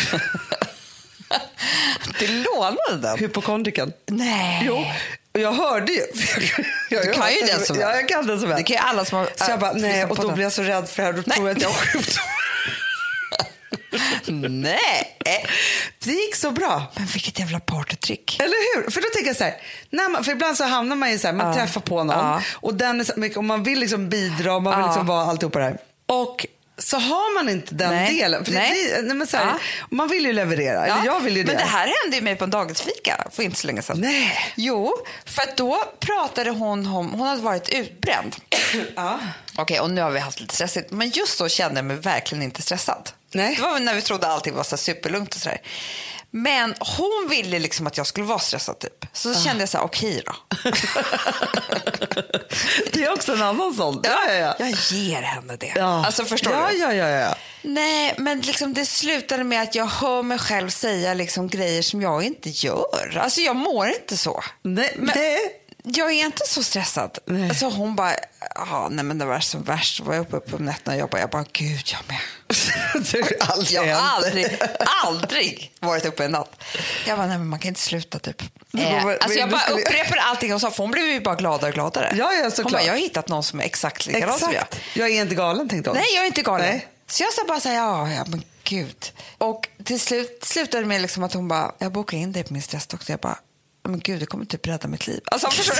Du lånade den? Hypokondriken. Nej. Jo, och jag hörde ju. Jag, Du kan ju den så väl. Ja, jag kan den så väl. Det kan ju alla som har... Så jag bara, nej, och då podden. blir jag så rädd för det här. Då Nej. tror jag att jag har sjukdom. Nej. Det gick så bra. Men vilket jävla partytrick. Eller hur? För då tänker jag så här, när man, för ibland så hamnar man ju så här, man Ja. träffar på någon Ja. och, den är så mycket, och man vill liksom bidra och man vill Ja. liksom vara alltihopa där. Och så har man inte den Nej. delen. För Nej. Det, nej, men så här, Ja. Man vill ju leverera, Ja, eller jag vill ju det. Men det här hände ju mig på en dagisfika för inte så länge sedan. Nej. Jo, för att då pratade hon om, hon hade varit utbränd. Ja. Okej, och nu har vi haft lite stressigt. Men just då kände jag mig verkligen inte stressad. Nej. Det var när vi trodde allting var så superlugnt och sådär. Men hon ville liksom att jag skulle vara stressad typ. Så Ah. kände jag så här, okej då. Det är också en annan sån. Ja, ja, ja. Jag ger henne det. Ja. Alltså förstår ja, du? Ja, ja, ja. Nej, men liksom det slutade med att jag hör mig själv säga liksom grejer som jag inte gör. Alltså jag mår inte så. Nej, Men nej. jag är inte så stressad. Nej. Alltså hon bara, ja, nej men det var som värst. Så var jag uppe på nätterna och jag bara, jag bara, gud jag med. Det har aldrig Jag har hänt. aldrig, aldrig varit uppe en natt. Jag bara, nej men man kan inte sluta typ. bara, Eh, vad- alltså jag vad bara skulle- upprepade allting och sa, för hon blev ju bara gladare och gladare. Ja, ja, hon såklart. bara, jag har hittat någon som är exakt likadan som jag. Exakt. Jag är inte galen, tänkte hon. Nej, jag är inte galen. Nej. Så jag sa bara så här, ja, ja, men gud. Och till slut slutade det med liksom att hon bara, jag bokar in dig på min stressdoktor. Jag bara, men gud, det kommer typ rädda mitt liv. Alltså, förstår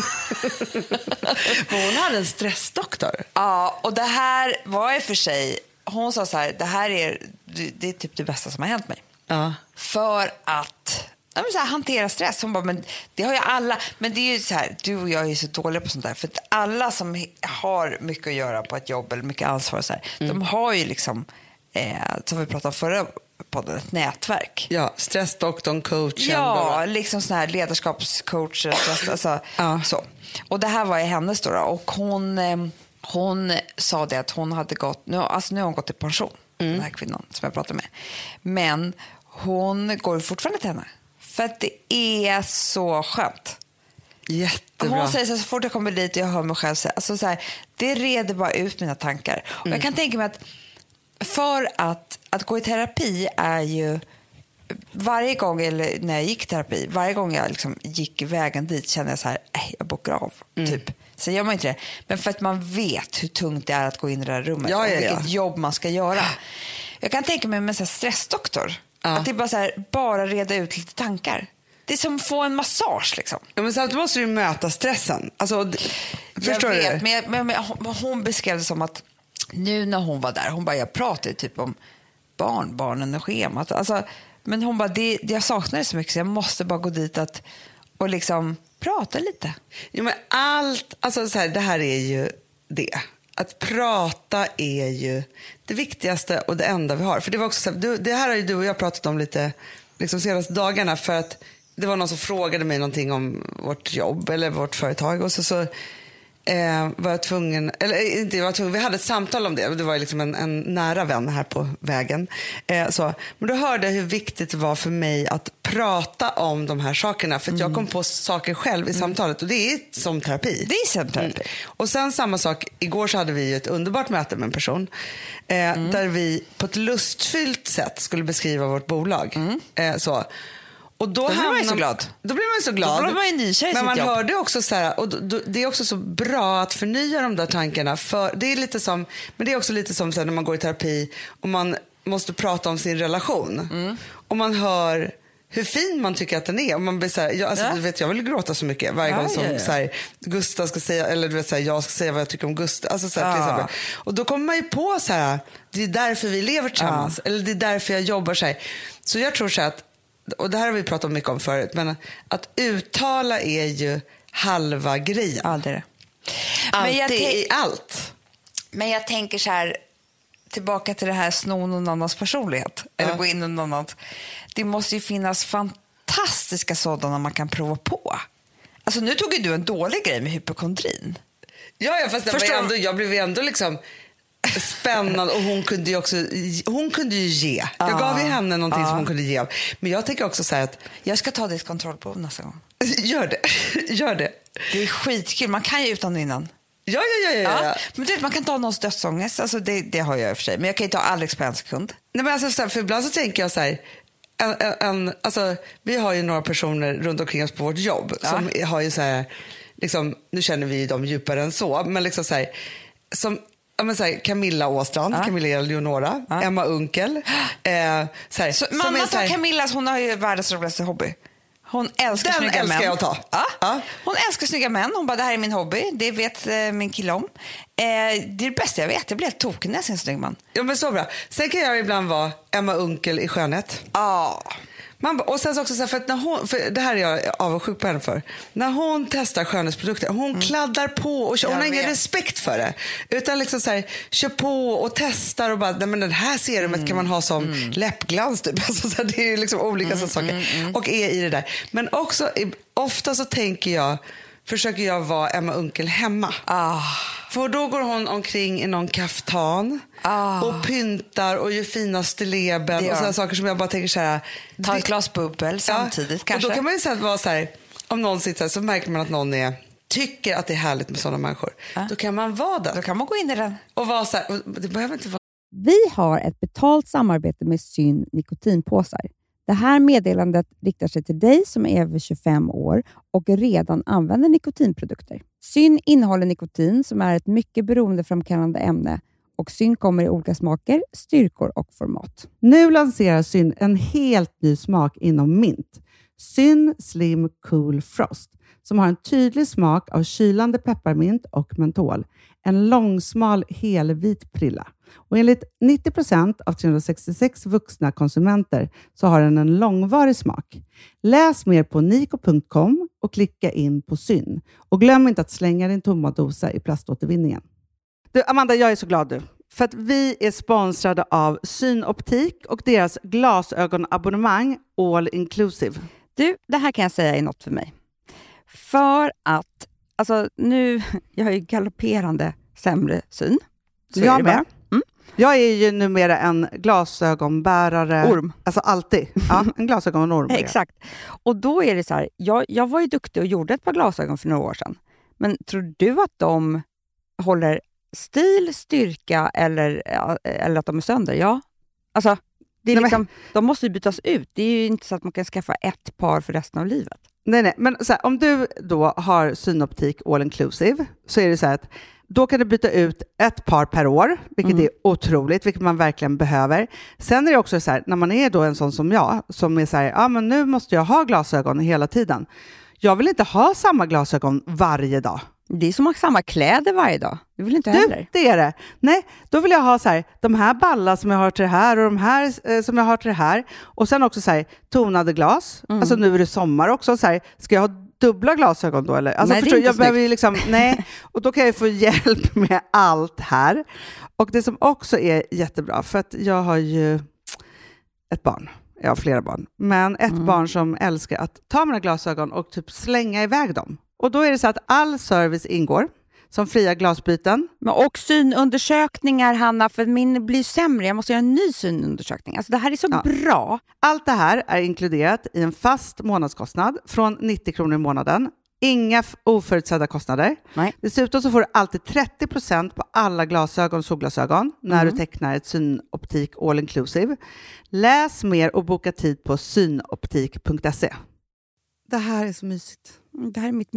du? Men hon hade en stressdoktor. Ja, och det här var i och för sig, hon sa så här, det här är, det är typ det bästa som har hänt mig. Ja. För att ja, men så här, hantera stress. Hon bara, men det har ju alla. Men det är ju så här, du och jag är ju så dåliga på sånt där. För att alla som he- har mycket att göra på ett jobb eller mycket ansvar och så här, de har ju liksom, eh, som vi pratade om förra podden, ett nätverk. Ja, stressdoktorn, coachen. Ja, bla, bla. liksom sån här ledarskapscoacher. stress, alltså, Ja. så. Och det här var i hennes då, då. Och hon, eh, hon sa det att hon hade gått, nu, alltså nu har hon gått i pension, den här kvinnan som jag pratade med. Men hon går fortfarande till henne. För att det är så skönt. Jättebra. Hon säger så, här, så fort jag kommer dit och jag hör mig själv säga, alltså så här, det reder bara ut mina tankar. Och jag kan tänka mig att för att, att gå i terapi är ju varje gång, eller när jag gick i terapi, varje gång jag liksom gick vägen dit kände jag så här, äh, jag bokar av, typ. Sen gör man inte det. Men för att man vet hur tungt det är att gå in i det här rummet Ja, ja, och ja. vilket jobb man ska göra. Jag kan tänka mig med en sån här stressdoktor, Ja. att det är bara så här, bara reda ut lite tankar. Det är som att få en massage liksom. Ja, men samtidigt måste du möta stressen. Alltså, d- förstår jag vet, du? Men, jag, men, men hon, hon beskrev det som att nu när hon var där, hon bara, jag pratade typ om barn, barnen och schemat. Alltså, men hon bara, det, det jag saknar det så mycket så jag måste bara gå dit att, och liksom prata lite. Jo, men allt, alltså så här, det här är ju det. Att prata är ju det viktigaste och det enda vi har. För det var också så här, du, det här har ju du och jag pratat om lite liksom senaste dagarna, för att det var någon som frågade mig någonting om vårt jobb eller vårt företag, och så, så eh, var jag tvungen, eller inte jag var tvungen, vi hade ett samtal om det, och det var liksom en, en nära vän här på vägen. Eh, så. Men då hörde jag hur viktigt det var för mig att prata om de här sakerna, för att jag kom på saker själv i samtalet, och det är som terapi. Det är som terapi. Mm. Och sen samma sak, igår så hade vi ju ett underbart möte med en person eh, Mm. där vi på ett lustfyllt sätt skulle beskriva vårt bolag. Eh, så. Och då, Då blir man ju hamnar- så glad. Då blir man ju så glad. Då blir man ju nykär i Men sitt man jobb. hörde också så här, och då, då, det är också så bra att förnya de där tankarna. För det är lite som, men det är också lite som så här, när man går i terapi och man måste prata om sin relation. Mm. Och man hör hur fin man tycker att den är. Och man blir så här, jag, alltså, Ja. du vet, jag vill gråta så mycket varje Ja, gång som ja, ja. Så här, Gustav ska säga, eller du vet, så här, jag ska säga vad jag tycker om Gustav. Alltså, så här, till Ja. exempel. Och då kommer man ju på så här, det är därför vi lever tillsammans. Eller det är därför jag jobbar så här. Så jag tror så här att, och det här har vi pratat mycket om förut, men att uttala är ju halva grejen. Ja, det är det. Alltid Men jag, i te- allt. men jag tänker så här, tillbaka till det här sno någon annans personlighet. Eller Ja. gå in i någon annans. Det måste ju finnas fantastiska sådana man kan prova på. Alltså nu tog ju du en dålig grej med hypokondrin. Ja, ja, fast det var Förstår ju du? ändå, jag blev ju ändå liksom spännande, och hon kunde ju också, hon kunde ju ge. Jag Ja. gav ju henne någonting Ja. som hon kunde ge. Men jag tänker också så här att, Jag ska ta ditt kontrollprov nästa gång. gör det, gör det. Det är skitkul, man kan ju utan och innan. Ja, ja, ja, ja. Ja. ja. Men du vet, man kan ta någons dödsångest, alltså det, det har jag i och för sig. Men jag kan ju ta Alex på en sekund. Nej, men alltså, så här, för ibland så tänker jag så här, en, en, en, alltså, vi har ju några personer runt omkring oss på vårt jobb Ja. som har ju så här, liksom, nu känner vi ju dem djupare än så, men liksom så här, som Ja, men så här, Camilla Åstrand, ja. Camilla Leonora, ja. Emma Unkel. Eh, så här, så, mamma tar här... Camillas, hon har ju världens roligaste hobby. Hon älskar Den snygga älskar män. Jag att ta. Ja. Ja. Hon älskar snygga män. Hon bara, det här är min hobby. Det vet eh, min kille om. Eh, det är det bästa jag vet. Jag blir helt tokig när jag ser en snygg man. Ja, men så bra. Sen kan jag ibland vara Emma Unkel i skönhet. Ja. Man, och sen också så här, för att när hon, för det här är jag avundsjuk på henne för. När hon testar skönhetsprodukter, hon mm. kladdar på och hon har ingen respekt för det. Utan liksom så här, kör på och testar och bara, nej men den här serumet mm. kan man ha som mm. läppglans typ. Alltså, så här, det är ju liksom olika mm, saker. Mm, mm. Och är i det där. Men också, ofta så tänker jag, försöker jag vara Emma Unkel hemma. Ah. För då går hon omkring i någon kaftan ah. och pyntar och gör fina stilleben och sådana saker som jag bara tänker så här. Ta ett glas bubbel samtidigt ja. Kanske. Och då kan man ju säga att vara så här, om någon sitter så, här, så märker man att någon är, tycker att det är härligt med sådana människor. Ah. Då kan man vara där. Då kan man gå in i den. Och vara så här, det behöver inte vara... Vi har ett betalt samarbete med Syn nikotinpåsar. Det här meddelandet riktar sig till dig som är över tjugofem år och redan använder nikotinprodukter. Syn innehåller nikotin som är ett mycket beroendeframkallande ämne och Syn kommer i olika smaker, styrkor och format. Nu lanserar Syn en helt ny smak inom mint. Syn Slim Cool Frost som har en tydlig smak av kylande pepparmint och mentol. En långsmal helvit prilla. Och enligt nittio procent av trehundrasextiosex vuxna konsumenter så har den en långvarig smak. Läs mer på niko punkt com och klicka in på Syn. Och glöm inte att slänga din tomma dosa i plaståtervinningen. Du, Amanda, jag är så glad du. För att vi är sponsrade av Synoptik och deras glasögonabonnemang All Inclusive. Du, det här kan jag säga är något för mig. För att, alltså nu, jag har ju galopperande sämre syn. Så jag är med. Mm. Jag är ju numera en glasögonbärare. Orm. Alltså alltid. Ja, en glasögonorm. Exakt. Och då är det så här, jag, jag var ju duktig och gjorde ett par glasögon för några år sedan. Men tror du att de håller stil, styrka eller, eller att de är sönder? Ja. Alltså, det är nej, liksom, men... de måste ju bytas ut. Det är ju inte så att man kan skaffa ett par för resten av livet. Nej, nej. Men så här, om du då har Synoptik All Inclusive så är det så här att då kan du byta ut ett par per år, vilket mm. är otroligt, vilket man verkligen behöver. Sen är det också så här, när man är då en sån som jag, som är så här, ja men nu måste jag ha glasögon hela tiden. Jag vill inte ha samma glasögon varje dag. Det är som att ha samma kläder varje dag. Det vill inte du, heller. Det är det. Nej, då vill jag ha så här, de här ballar som jag har till det här och de här eh, som jag har till det här. Och sen också så här, tonade glas. Mm. Alltså nu är det sommar också. Så här, ska jag ha dubbla glasögon då? Eller? Alltså, nej, förstår, jag behöver ju liksom, nej. Och då kan jag få hjälp med allt här. Och det som också är jättebra, för att jag har ju ett barn. Jag har flera barn. Men ett mm. barn som älskar att ta mina glasögon och typ slänga iväg dem. Och då är det så att all service ingår. Som fria glasbyten. Men och synundersökningar, Hanna, för min blir sämre. Jag måste göra en ny synundersökning. Alltså det här är så ja. bra. Allt det här är inkluderat i en fast månadskostnad från nittio kronor i månaden. Inga f- oförutsedda kostnader. Nej. Dessutom så får du alltid trettio procent på alla glasögon och solglasögon när mm. du tecknar ett Synoptik All Inclusive. Läs mer och boka tid på synoptik punkt se. Det här är så mysigt. Det här är mitt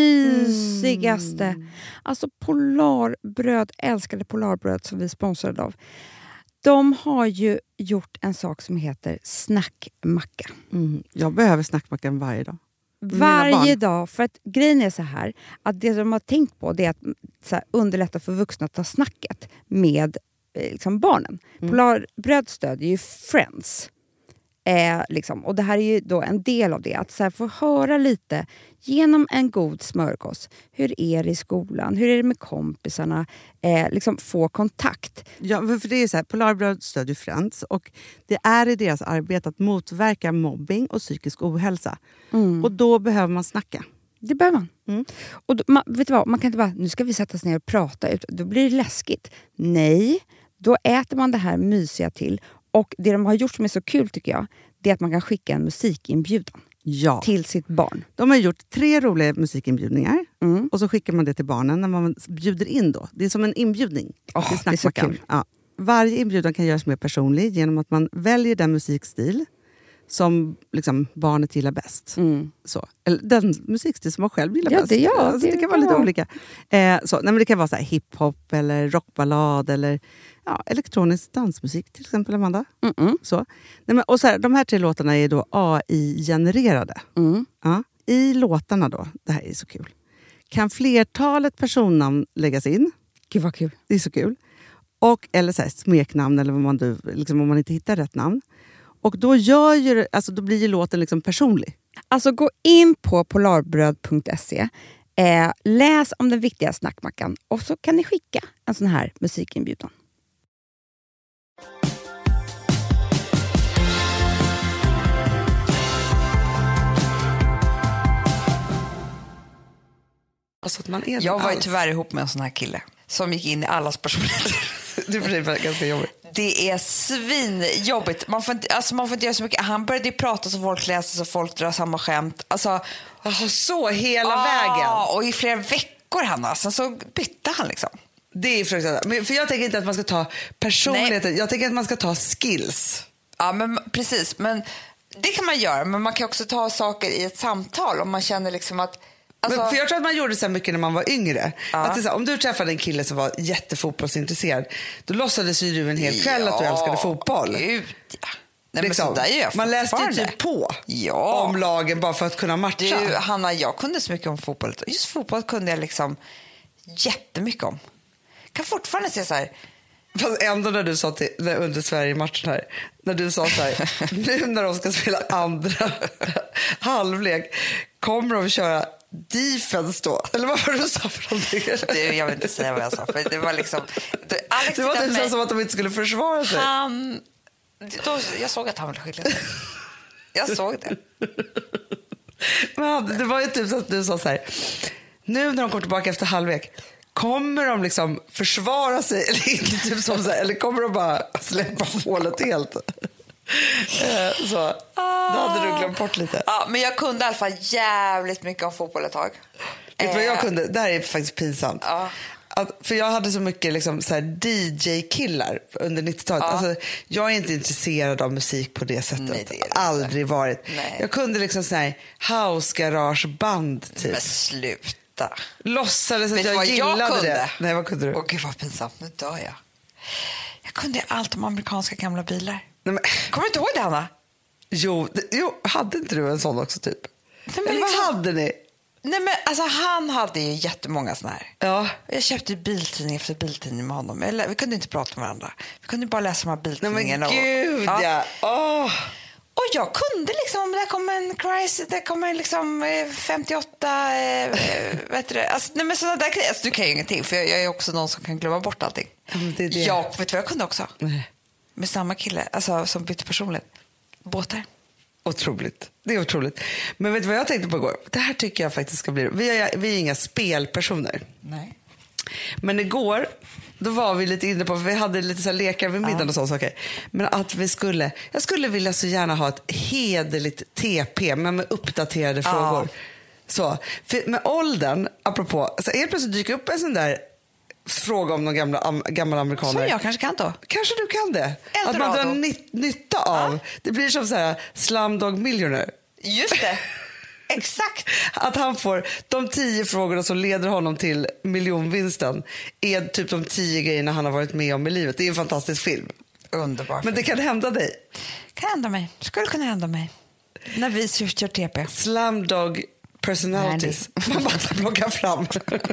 mysigaste. Mm. Alltså Polarbröd, älskade Polarbröd som vi sponsrade av. De har ju gjort en sak som heter snackmacka. Mm. Jag behöver snackmackan varje dag. Varje dag. För att grejen är så här. Att det de har tänkt på det är att så här, underlätta för vuxna att ta snacket med eh, liksom barnen. Mm. Polarbröd stödjer ju Friends. Eh, liksom. Och det här är ju då en del av det. Att så här, få höra lite genom en god smörgås. Hur är det i skolan? Hur är det med kompisarna? Eh, liksom få kontakt. Ja, för det är så här, Polarbröd stödjer Friends. Och det är i deras arbete att motverka mobbing och psykisk ohälsa. Mm. Och då behöver man snacka. Det behöver man. Mm. Och då, man, vet du vad? Man kan inte bara, nu ska vi sätta oss ner och prata ut. Då blir det läskigt. Nej, då äter man det här mysiga till. Och det de har gjort som är så kul tycker jag, det är att man kan skicka en musikinbjudan ja. till sitt barn. De har gjort tre roliga musikinbjudningar mm. och så skickar man det till barnen när man bjuder in då. Det är som en inbjudning oh, till det är så kul. Ja. Varje inbjudan kan göras mer personlig genom att man väljer den musikstil som liksom barnet gillar bäst. Mm. Så. Eller den musikstil som man själv gillar Ja, bäst. det, ja, alltså, det, det kan vara lite vara. olika. Eh, så. Nej, men det kan vara så här hiphop eller rockballad eller ja, elektronisk dansmusik till exempel, Amanda. Mm-mm. Så. Nej, men, och så här, de här tre låtarna är då A I-genererade. Mm. Ja. I låtarna då, det här är så kul, kan flertalet personnamn läggas in. Gud vad kul. Det är så kul. Och, eller så här, smeknamn eller vad man, du, liksom, om man inte hittar rätt namn. Och då, gör ju, alltså, då blir ju låten liksom personlig. Alltså gå in på polarbröd punkt se, eh, läs om den viktiga snackmackan och så kan ni skicka en sån här musikinbjudan. Alltså att man är Jag var ju alls. tyvärr ihop med en sån här kille som gick in i allas personligheter. Det är för sig ganska jobbigt. Det är svinjobbigt. Man får inte, alltså man får inte göra så mycket. Han började ju prata så folk läser så folk drar samma skämt. Alltså, Jaha, så hela ah, vägen. Och i flera veckor han alltså, så bytte han liksom. Det är fruktansvärt. Men för jag tänker inte att man ska ta personligheten. Jag tänker att man ska ta skills. Ja, men precis. Men det kan man göra. Men man kan också ta saker i ett samtal om man känner liksom att... Alltså... Men för jag tror att man gjorde så här mycket när man var yngre. Ja. Att det är så här, om du träffade en kille som var jättefotbollsintresserad, då låtsades ju du en hel kväll att du älskade fotboll. Gud, ja. Nej, Liksom. men så där gör jag Man läste ju fortfarande. typ på Ja. om lagen bara för att kunna matcha. Du, Hanna, jag kunde så mycket om fotboll. Just fotboll kunde jag liksom jättemycket om. Kan fortfarande säga så här... Fast ändå när du sa till, när under Sverige-matchen här, när du sa så här, nu när de ska spela andra halvlek, kommer de köra defense då? Eller vad var det du sa för någonting? Du, jag vill inte säga vad jag sa. För det var liksom... Du, Alex Det var tittade typ på mig. så som att de inte skulle försvara sig. Han... Då, jag såg att han ville skilja sig. Jag såg det. Men det var ju typ så att du sa så här, nu när de kommer tillbaka efter halvlek, kommer de liksom försvara sig eller inte, typ som så här, eller kommer de bara släppa hålet helt? Eh, så, då hade du glömt bort lite. Ja, men jag kunde i alla fall jävligt mycket om fotboll ett tag. Vet du vad jag Eh, kunde? Det här är faktiskt pinsamt. Ja. Att, för jag hade så mycket liksom, så här, D J-killar under nittiotalet. Ja. Alltså, jag är inte intresserad av musik på det sättet. Nej, det är det Aldrig varit. Nej. Jag kunde liksom så här, house-garageband typ. Men sluta. Låtsades att Vet du jag vad jag gillade kunde? det. Nej, vad kunde du? Åh gud vad pinsamt, nu dör jag. Jag kunde allt om amerikanska gamla bilar. Nej, men, Kommer du inte ihåg det, Hanna? jo, det, jo, hade inte du en sån också typ? Nej, men Eller vad liksom- hade ni? Nej, men alltså han hade ju jättemånga såna här. Ja. Jag köpte biltidning efter biltidning med honom. Eller, vi kunde inte prata med varandra. Vi kunde bara läsa de här Nej biltidningarna. men gud, och, ja. Åh. Och jag kunde liksom, där kom en crisis, där kom en liksom eh, femtioåtta, eh, vet du det? Alltså, nej men sådana där grejer, alltså, du kan ju ingenting för jag, jag är också någon som kan glömma bort allting. Ja, men det är det. Jag, vet du vad jag kunde också? Nej. Med samma kille, alltså som bytte personlighet. Båtar. Otroligt. Det är otroligt. Men vet du vad jag tänkte på igår? Det här tycker jag faktiskt ska bli... Vi är, vi är inga spelpersoner. Nej. Men igår, då var vi lite inne på, för vi hade lite så här lekar vid middagen och sådana saker. Men att vi skulle, jag skulle vilja så gärna ha ett hederligt T P, men med uppdaterade Ja. frågor. Så, för med åldern, apropå, så helt plötsligt dyker upp en sån där fråga om någon gamla, am, gammal amerikaner. Som jag kanske kan då. Kanske du kan det. Att man Eldorado. drar ny, nytta av. Det blir som så här Slumdog Millionaire. Just det. Exakt. Att han får de tio frågorna som leder honom till miljonvinsten är typ de tio grejerna han har varit med om i livet. Det är en fantastisk film. Underbar. Men det kan hända dig. kan hända mig. Skulle kunna hända mig. När vi kör T P. Slumdog personalities. Man bara ska plocka fram.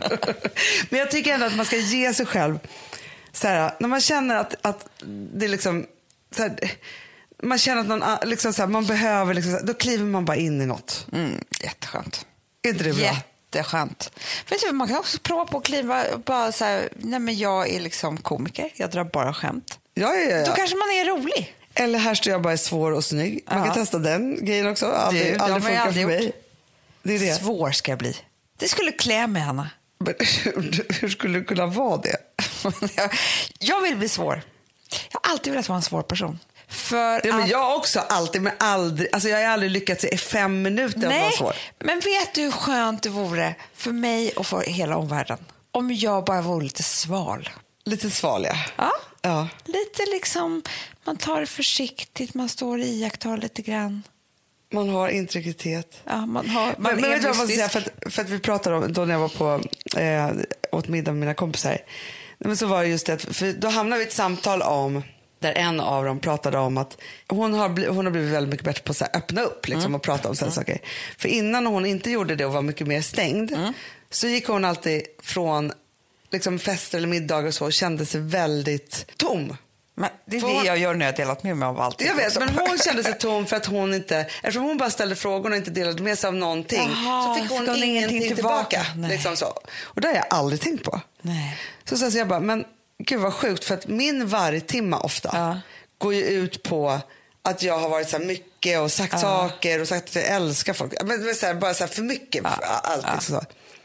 Men jag tycker ändå att man ska ge sig själv så här, när man känner att, att det är liksom så här, man känner att någon, liksom så här, man behöver liksom, så här, då kliver man bara in i något. Mm, jätteskönt. Är inte det bra? Jätteskönt. Vet du, man kan också prova på att kliva och bara så här, nej men jag är liksom komiker, jag drar bara skämt. Ja, ja, ja. Då kanske man är rolig. Eller här står jag bara är svår och snygg. Man Ja. kan testa den grejen också. Aldrig, Det- det har aldrig man ju funkar aldrig för mig. gjort. Det är det. Svår ska jag bli. Det skulle klä mig, Hanna. Men hur, hur skulle du kunna vara det? Jag vill bli svår. Jag har alltid velat vara en svår person. För Ja, men att... jag också alltid, men aldrig. Alltså jag har aldrig lyckats i fem minuter att vara Nej, svår. men vet du hur skönt det vore för mig och för hela omvärlden om jag bara vore lite sval? Lite sval, ja. Ja. Ja. Lite liksom, man tar det försiktigt, man står och iakttar lite grann. Man har integritet. Ja, man har, man men, men är vet du vad jag måste säga, mystisk. för att, för att vi pratade om, då när jag var på eh, åt middag med mina kompisar. Men så var det just det, för då hamnade vi i ett samtal om, där en av dem pratade om att hon har, bli, hon har blivit väldigt mycket bättre på att så här, öppna upp liksom, mm. och prata om sådana mm. saker. För innan hon inte gjorde det och var mycket mer stängd, mm. så gick hon alltid från liksom, fester eller middagar och så och kände sig väldigt tom. Men det är för det hon, jag gör när jag delat med mig av allt. Jag vet, men hon kände sig tom för att hon inte, eftersom hon bara ställde frågor och inte delade med sig av någonting. Jaha, så fick hon, fick hon ingenting tillbaka. tillbaka. Liksom så. Och det har jag aldrig tänkt på. Nej. Så, så, så jag bara, men gud vad sjukt, för att min vargtimma ofta ja. går ju ut på att jag har varit så här mycket och sagt ja. saker och sagt att jag älskar folk. Men så här, bara så här för mycket, ja. för allt ja. liksom så.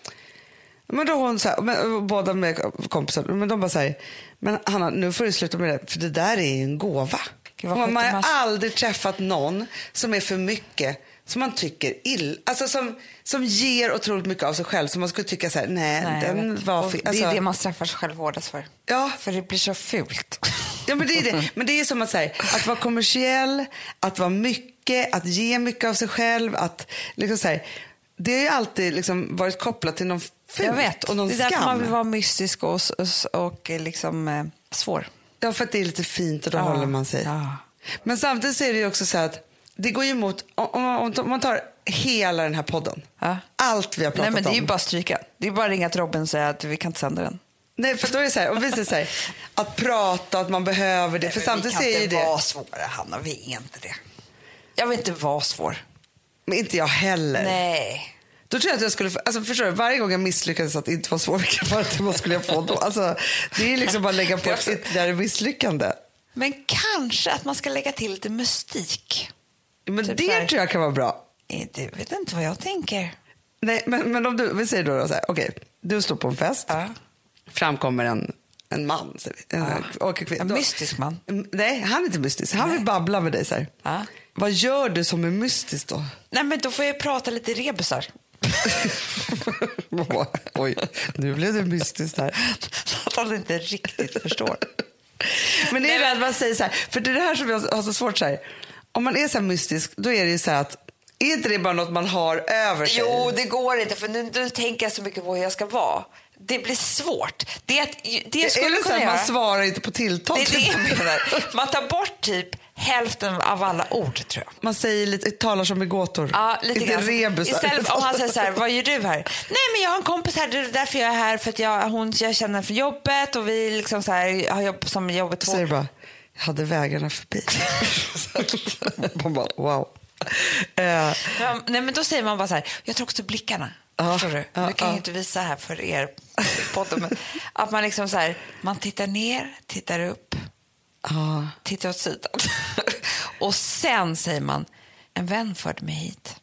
Men då hon så här, men, båda med kompisar, men de bara säger, men Hanna, nu får du sluta med det, för det där är ju en gåva. Man har man... aldrig träffat någon som är för mycket, som man tycker illa, alltså som, som ger otroligt mycket av sig själv, som man skulle tycka så här, nej, nej den var fel. Alltså, det är det man straffar sig själv hårdast för. Ja. För det blir så fult. Ja, men det är det. Men det är som att säga, att vara kommersiell, att vara mycket, att ge mycket av sig själv, att liksom säga, det har ju alltid liksom varit kopplat till någon fult. Jag vet. Och någon det är därför skam. Man vill vara mystisk och, och, och liksom eh, svår. Ja, för att det är lite fint och då ja. håller man sig. Ja. Men samtidigt så är det ju också så att det går ju emot, om man, om man tar hela den här podden, ja. allt vi har pratat om. Nej, men det är ju om. bara stryka. Det är bara att ringa till Robin och säga att vi kan inte sända den. Nej, för då är det så här, och vi säger så här, att prata, att man behöver det. Nej, för samtidigt säger det. Vi kan inte vara svåra, Hanna, vi är inte det. Jag vill inte vara svår. Men inte jag heller. Nej. Då tror jag att jag skulle, alltså förstår du, varje gång jag misslyckades att inte vara svår, vilka vad skulle jag få då? Alltså, det är liksom bara att lägga på ett ytterligare misslyckande. Men kanske att man ska lägga till lite mystik. Men typ det här, tror jag kan vara bra. Jag vet inte vad jag tänker. Nej, men, men om du, vi säger då, då så här, okej, okay, du står på en fest, ja. framkommer en, en man, en, ja. och en, en mystisk man. Nej, han är inte mystisk, han Nej. vill babbla med dig så här. Ja. Vad gör du som är mystiskt då? Nej, men då får jag prata lite rebusar. Oj, nu blev det mystiskt här. Att han inte riktigt förstår. Men det är rädd man säger så här, för det är det här som jag har så svårt så här. Om man är så här mystisk, då är det ju så här att, är inte det bara något man har över sig? Jo, det går inte, för nu, nu tänker jag så mycket på hur jag ska vara. Det blir svårt. Det, är att, det skulle eller så kunna här, göra. Man svarar inte på tilltal. Det är det jag menar. Man tar bort typ hälften av alla ord, tror jag. Man säger lite, talar som i gåtor. Ja, lite lite grann. Rebusar. Istället om han säger så här, vad gör du här? Nej, men jag har en kompis här, det är därför jag är här, för att jag, hon, jag känner för jobbet och vi liksom så här, har jobb som jobbet två. Säger bara, jag hade vägarna förbi. Man bara, wow. Uh. Ja, nej, men då säger man bara så här, jag tror också blickarna. Uh, förstår du? uh, Nu kan jag uh. inte visa här för er podden, men att man liksom så här, man tittar ner, tittar upp, uh. tittar åt sidan. Och sen säger man, en vän förde mig hit.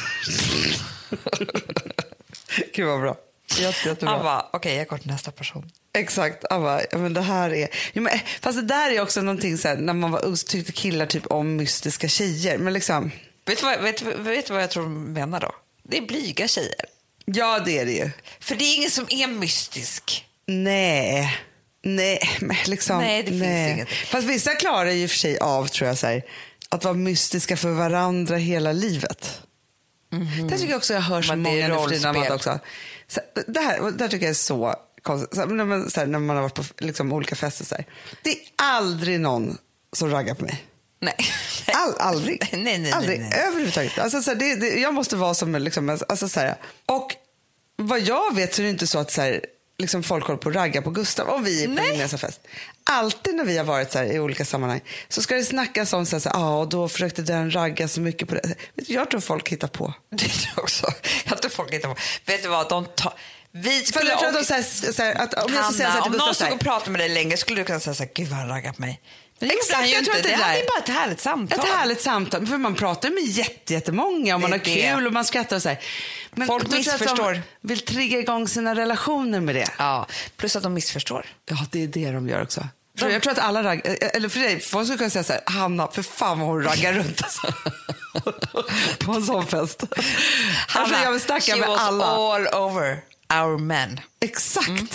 Gud vad bra. Jätte, jättebra. Han bara, okej, okay, jag går till nästa person. Exakt, han bara, ja, men det här är... Ja, men, fast det där är också någonting så här, när man var ung tyckte killar typ om mystiska tjejer. Men liksom... Vet du vad, vet, vet du vad jag tror de menar då? Det är blyga tjejer. Ja, det är det ju. För det är ingen som är mystisk. Nej, nej, men liksom... Nej, det nej. finns inget. Fast vissa klarar ju för sig av, tror jag, så här, att vara mystiska för varandra hela livet. Mm-hmm. Det tycker jag också jag hör så många nu för tiden också. Så, det, här, det här tycker jag är så konstigt. Så, när, man, så här, när man har varit på liksom, olika fester. Så här. Det är aldrig någon som raggar på mig. Nej. All, aldrig. nej, nej, aldrig. Nej, nej. Överhuvudtaget. Alltså, så här, det, det, jag måste vara som... Liksom, alltså, så här, och vad jag vet så är det inte så att så här, liksom, folk håller på att ragga på Gustav och vi är på en gemensam fest. Alltid när vi har varit så här, i olika sammanhang så ska det snackas om så här, ja, och då försökte den ragga så mycket på det. Jag tror folk hittar på. Det tror jag också. Jag tror folk hittar på. Vet du vad, de tar... Vi skulle jag tror att de säger så här, att om jag ska säga så här till om Gustav, någon stod och pratade med dig länge skulle du kunna säga så här, gud vad han raggar på mig. Men det exakt, jag tror inte. Det, det där är bara ett härligt samtal. Ett härligt samtal, för man pratar med jätte, jättemånga och man har kul och man skrattar och så här. Men folk missförstår. De vill trigga igång sina relationer med det. Ja, plus att de missförstår. Ja, det är det de gör också. För jag tror att alla raggar, eller för dig, folk skulle kunna säga så här, Hanna, för fan vad hon raggar runt alltså. På en sån fest. Hanna, jag vill snacka she med was alla. all over our men. Exakt. Mm.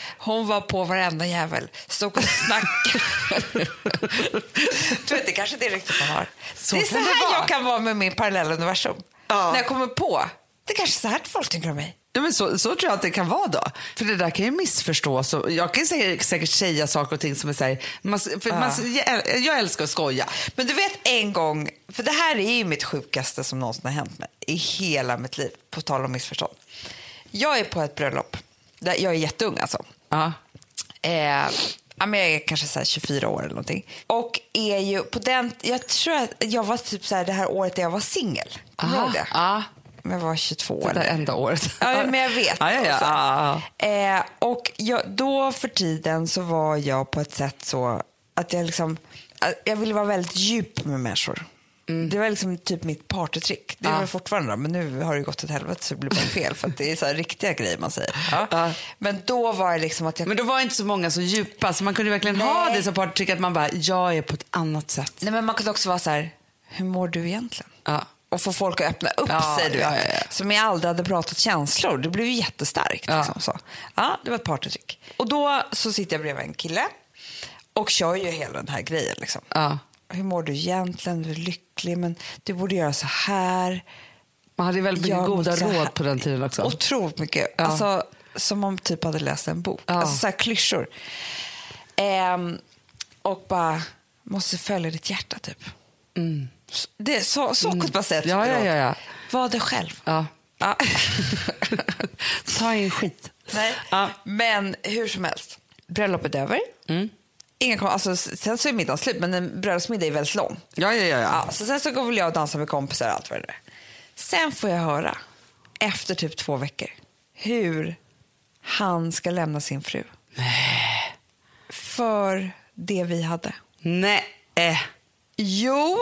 Hon var på varenda jävel. Stod och snackade. Du vet, det kanske det är riktigt man har. Så det är så kan det här vara. jag kan vara med min parallella universum. Ja. När jag kommer på. Det är kanske så här folk tycker om mig. Ja, men så, så tror jag att det kan vara då. För det där kan ju missförstås. Och jag kan säkert, säkert säga saker och ting som är så här, man, för Ja. man, jag, jag älskar att skoja. Men du vet en gång, för det här är ju mitt sjukaste som någonsin har hänt mig i hela mitt liv, på tal om missförstånd. Jag är på ett bröllop, där jag är jätteung alltså. Ja. Eh, ja, men jag är kanske så här tjugofyra år eller någonting. Och är ju på den, jag tror att jag var typ så här det här året där jag var singel. Kommer du ihåg det? Ja. Jag var tjugotvå. Det där eller? enda året. Ja, men jag vet. Ja, ja, ja. Och, så här. Ja. Eh, och jag, då för tiden så var jag på ett sätt så att jag liksom, jag ville vara väldigt djup med människor. Mm. Det var liksom typ mitt partytrick. Det är Ja. väl fortfarande, men nu har det gått åt helvete så det blir bara fel för att det är så här riktiga grejer man säger. Ja. Ja. Men då var det liksom att jag... Men då var inte så många så djupa, så man kunde verkligen Nej. ha det som partytrick att man bara, jag är på ett annat sätt. Nej, men man kunde också vara så här, hur mår du egentligen? Ja. Och få folk att öppna upp Ja, sig, du ja, vet. ja, ja. Som jag aldrig hade pratat känslor. Det blev ju jättestarkt. Ja. Liksom, så. Ja, det var ett partytrick. Och då så sitter jag bredvid en kille och kör ju hela den här grejen. Liksom. Ja. Hur mår du egentligen? Du är lycklig, men du borde göra så här. Man hade väldigt mycket Jag goda måste- råd på den tiden också. Otroligt mycket. Ja. Alltså, som om typ hade läst en bok. Ja. Alltså så här klyschor. Ehm, och bara, måste följa ditt hjärta typ. Mm. Det är så, så kunde man säga. Ja, ja, ja, ja. Var det själv. Ja. Ja. Ta in skit. Nej. Ja. Men hur som helst, bröllopet är över. Mm. Ingen kom, alltså, sen så är middagen slut, men en bröllopsmiddag är väldigt lång. Ja, ja, ja. ja. Ja, så sen så går väl jag och dansar med kompisar och allt vad det är. Sen får jag höra, efter typ två veckor, hur han ska lämna sin fru. Nej. För det vi hade. Nej. Eh. Jo,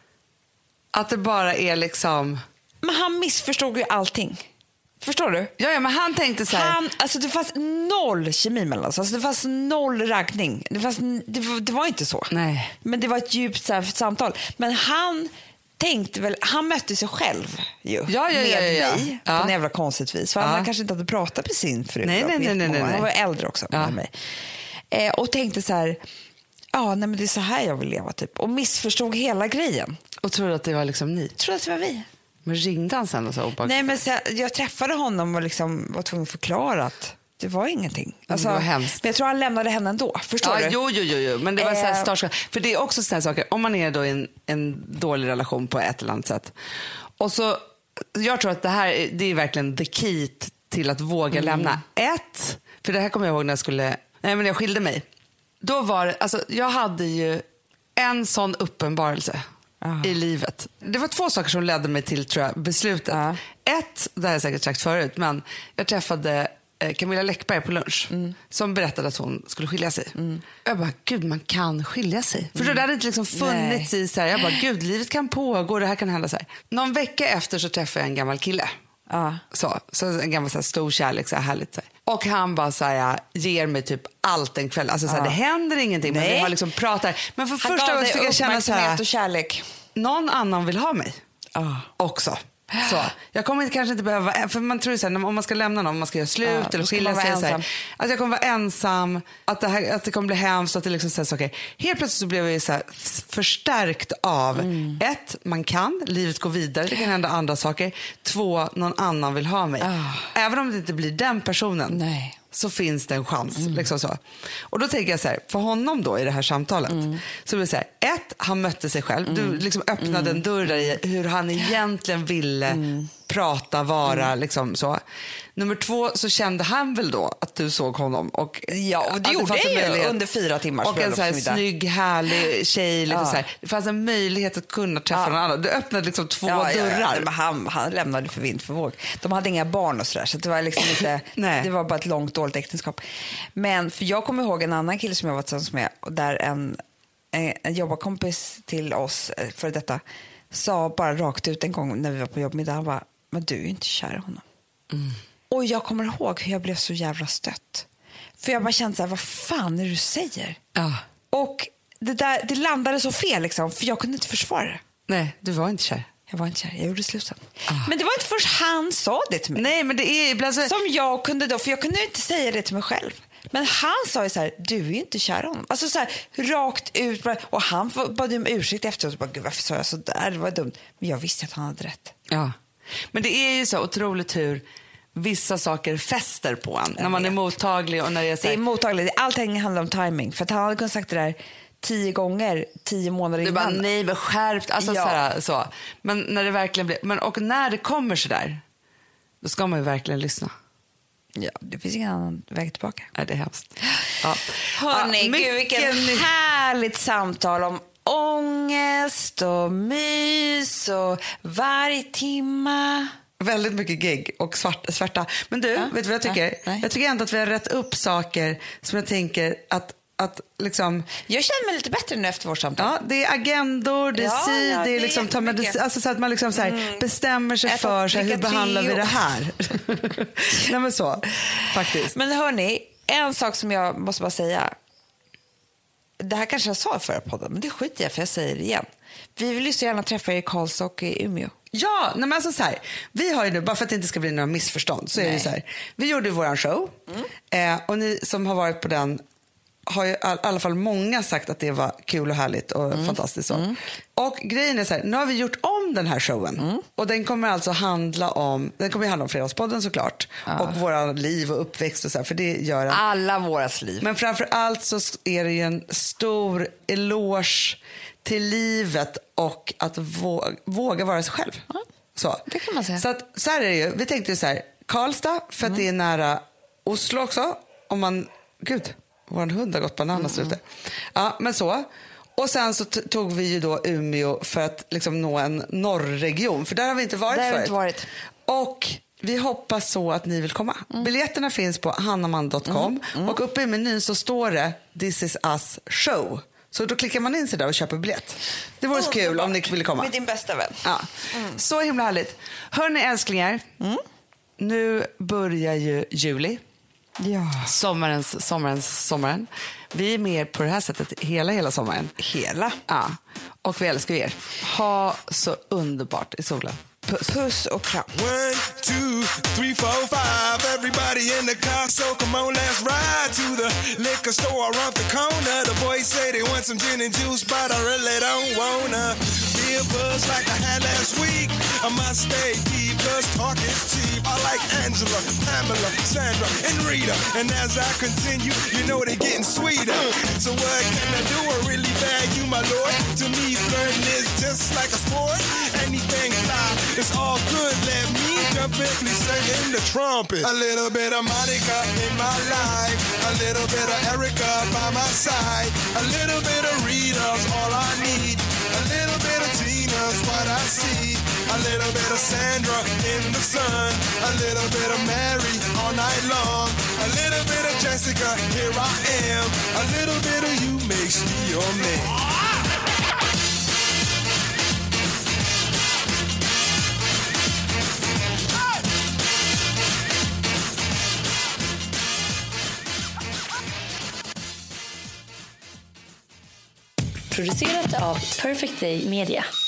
Att det bara är liksom... men han missförstod ju allting. Förstår du? Ja, ja, men han tänkte så här... Han, alltså det fanns noll kemi mellan oss. Alltså det fanns noll raggning. Det, fanns, det, var, det var inte så. Nej. Men det var ett djupt så här, samtal. Men han tänkte väl, han mötte sig själv ju, Ja, ja, med ja, ja, ja. mig Ja. på en jävla konstigt vis. För Ja. han kanske inte hade pratat med sin fru. Nej, då, nej, på nej, nej, jättemånga år. nej. Han var äldre också Ja. med mig. Eh, och tänkte så här, ja, nej, men det är så här jag vill leva typ. Och missförstod hela grejen. Och trodde att det var liksom ni. Jag trodde att det var vi. Men ringde han sen och så? Och bara... Nej, men så, jag träffade honom och liksom var tvungen att förklara att det var ingenting. Alltså, det var hemskt. Men jag tror han lämnade henne ändå. Förstår Ja, du? jo, jo, jo, jo. Men det var så här Eh. startskott. För det är också sådana saker, om man är då i en, en dålig relation på ett eller annat sätt. Och så, jag tror att det här är- det är verkligen the key t- till att våga Mm. lämna. Ett, för det här kommer jag ihåg när jag skulle, nej men jag skilde mig. Då var det, alltså jag hade ju en sån uppenbarelse Ah. i livet. Det var två saker som ledde mig till, tror jag, beslutet. Ah. Ett, det har jag säkert sagt förut, men jag träffade eh, Camilla Läckberg på lunch som berättade att hon skulle skilja sig. Jag bara, gud, man kan skilja sig. För det hade inte liksom funnits i så här, jag bara, gud, livet kan pågå, det här kan hända så här. Någon vecka efter så träffade jag en gammal kille. Ja. Så, så en gammal så här, stor kärlek, så här, härligt. Så här. Och han bara så här, ger mig typ allt en kväll. Alltså så här, Ja. det händer ingenting, men Nej. vi har liksom pratat. Men för Han första gav gången dig fick jag känna så uppmärksamhet här, och kärlek. någon annan vill ha mig Ja. också. Så. Jag kommer kanske inte behöva, för man tror ju så här, om man ska lämna någon, om man ska göra slut Ja, då eller ska skilja man sig. vara Så här, ensam. att jag kommer vara ensam, att det, här, att det kommer bli hemskt, att det liksom så här, saker. Helt plötsligt så blev jag ju så här, förstärkt av Mm. ett, man kan, livet går vidare, det kan hända andra saker. Två, någon annan vill ha mig. Ah. Även om det inte blir den personen. Nej. Så finns det en chans. Mm. Liksom så. Och då tänker jag så här, för honom då i det här samtalet, Mm. så blir det så här, ett, han mötte sig själv. Du liksom öppnade Mm. en dörr där i hur han egentligen ville prata, vara, Mm. liksom så. Nummer två, så kände han väl då att du såg honom. Och Ja, och det att gjorde fanns en jag ju möjlighet. under fyra timmars Och en så här bröllopsmiddag. snygg, härlig tjej. Liksom Ja. så här. Det fanns en möjlighet att kunna träffa Ja. någon annan. Du öppnade liksom två Ja, ja, dörrar. ja. Men han, han lämnade för vind för våg. De hade inga barn och sådär, så det var liksom inte, Nej. det var bara ett långt dåligt äktenskap. Men för jag kommer ihåg en annan kille som jag var tillsammans med, och där en, en, en jobbarkompis till oss, eh, för detta, sa bara rakt ut en gång när vi var på jobbmiddag, han bara, men du är ju inte kär i honom. Och jag kommer ihåg hur jag blev så jävla stött. För jag bara kände så här, vad fan är det du säger? Ja. Och det, där, det landade så fel liksom, för jag kunde inte försvara det. Nej, du var inte kär. Jag var inte kär, jag gjorde slut sen. Men det var inte först han sa det till mig. Nej, men det är ibland så... Som jag kunde då, för jag kunde inte säga det till mig själv. Men han sa ju så här, du är ju inte kär i honom. Alltså så här, rakt ut. Och han bad om ursäkt efteråt. Bara, gud, varför sa jag så där? Det var dumt. Men jag visste att han hade rätt. Ja. Men det är ju så otroligt hur vissa saker fäster på en. När man är mottaglig och när det är så här... Det är mottagligt. Allting handlar om timing. För att han hade kunnat sagt det där tio gånger, tio månader du innan. Du bara, nej, men skärpt. Alltså, ja. så, här, så. Men när det verkligen blir... Men, och när det kommer så där, då ska man ju verkligen lyssna. Ja, det finns ingen annan väg tillbaka. Nej, det är hemskt. Ja. Hörrni, ja, gud, vilken härligt samtal om ångest och mys och varje timma. Väldigt mycket gig och svart, svarta. Men du, ja. vet du vad jag tycker? Ja. Jag tycker ändå att vi har rätt upp saker som jag tänker att, att liksom... Jag känner mig lite bättre nu efter vårt samtal. Ja, det är agendor, det är ja, sid, ja, det är det liksom ta medicin, alltså så att man liksom så här mm. bestämmer sig Äta för så här, hur behandlar vi det här? Nej men så, faktiskt. Men hörni, en sak som jag måste bara säga. Det här kanske jag sa i förra podden, men det skiter jag för jag säger det igen. Vi vill ju så gärna träffa er i Karlstad och i Umeå. Ja, nej men alltså så här, vi har ju nu, bara för att det inte ska bli några missförstånd, så nej. Är det så här, vi gjorde våran show mm. eh, och ni som har varit på den har ju i alla fall många sagt att det var kul och härligt och mm. fantastiskt så. Mm. Och grejen är så här, nu har vi gjort om den här showen mm. och den kommer alltså handla om, den kommer handla om Fredagspodden såklart ja. Och våra liv och uppväxt och så här, för det gör en, alla våras liv. Men framför allt så är det ju en stor eloge till livet och att våga, våga vara sig själv. Ja. Så. Det kan man säga. Så, att, så här är det ju, vi tänkte ju så här, Karlstad för att mm. det är nära Oslo också, om man, gud vår hund har gått bananas mm. ute. Ja, men så. Och sen så t- tog vi ju då Umeå för att liksom nå en norrregion. För där har vi inte varit där förut. Inte varit. Och vi hoppas så att ni vill komma. Mm. Biljetterna finns på hannaman dot com. Mm. Mm. Och uppe i menyn så står det This is us show. Så då klickar man in sig där och köper biljett. Det vore så oh, kul om ni ville komma. Med din bästa vän. Ja. Mm. Så himla härligt. Hörrni älsklingar. Mm. Nu börjar ju juli. Ja. Sommarens, sommarens, sommaren. Vi är med på det här sättet hela, hela sommaren. Hela? Ja. Och vi älskar er. Ha så underbart i solen. Puss, Puss och kram. One, two, three, four, five. Everybody in the car, so come on, let's ride to the liquor store around the corner. The boys say they want some gin and juice, but I really don't wanna be a buzz like I had last week. I must stay deep, cause talk is cheap. I like Angela, Pamela, Sandra, and Rita. And as I continue, you know they're getting sweeter. So what can I do? I really bag you, my lord. To me, flirting is just like a sport. Anything fly, it's all good. Let me jump in, please sing in the trumpet. A little bit of Monica in my life. A little bit of Erica by my side. A little bit of Rita's all I need. A little bit of Tina's what I see. A little bit of Sandra in the sun. A little bit of Mary all night long. A little bit of Jessica, here I am. A little bit of you makes me your man. Producerat av Perfect Day Media.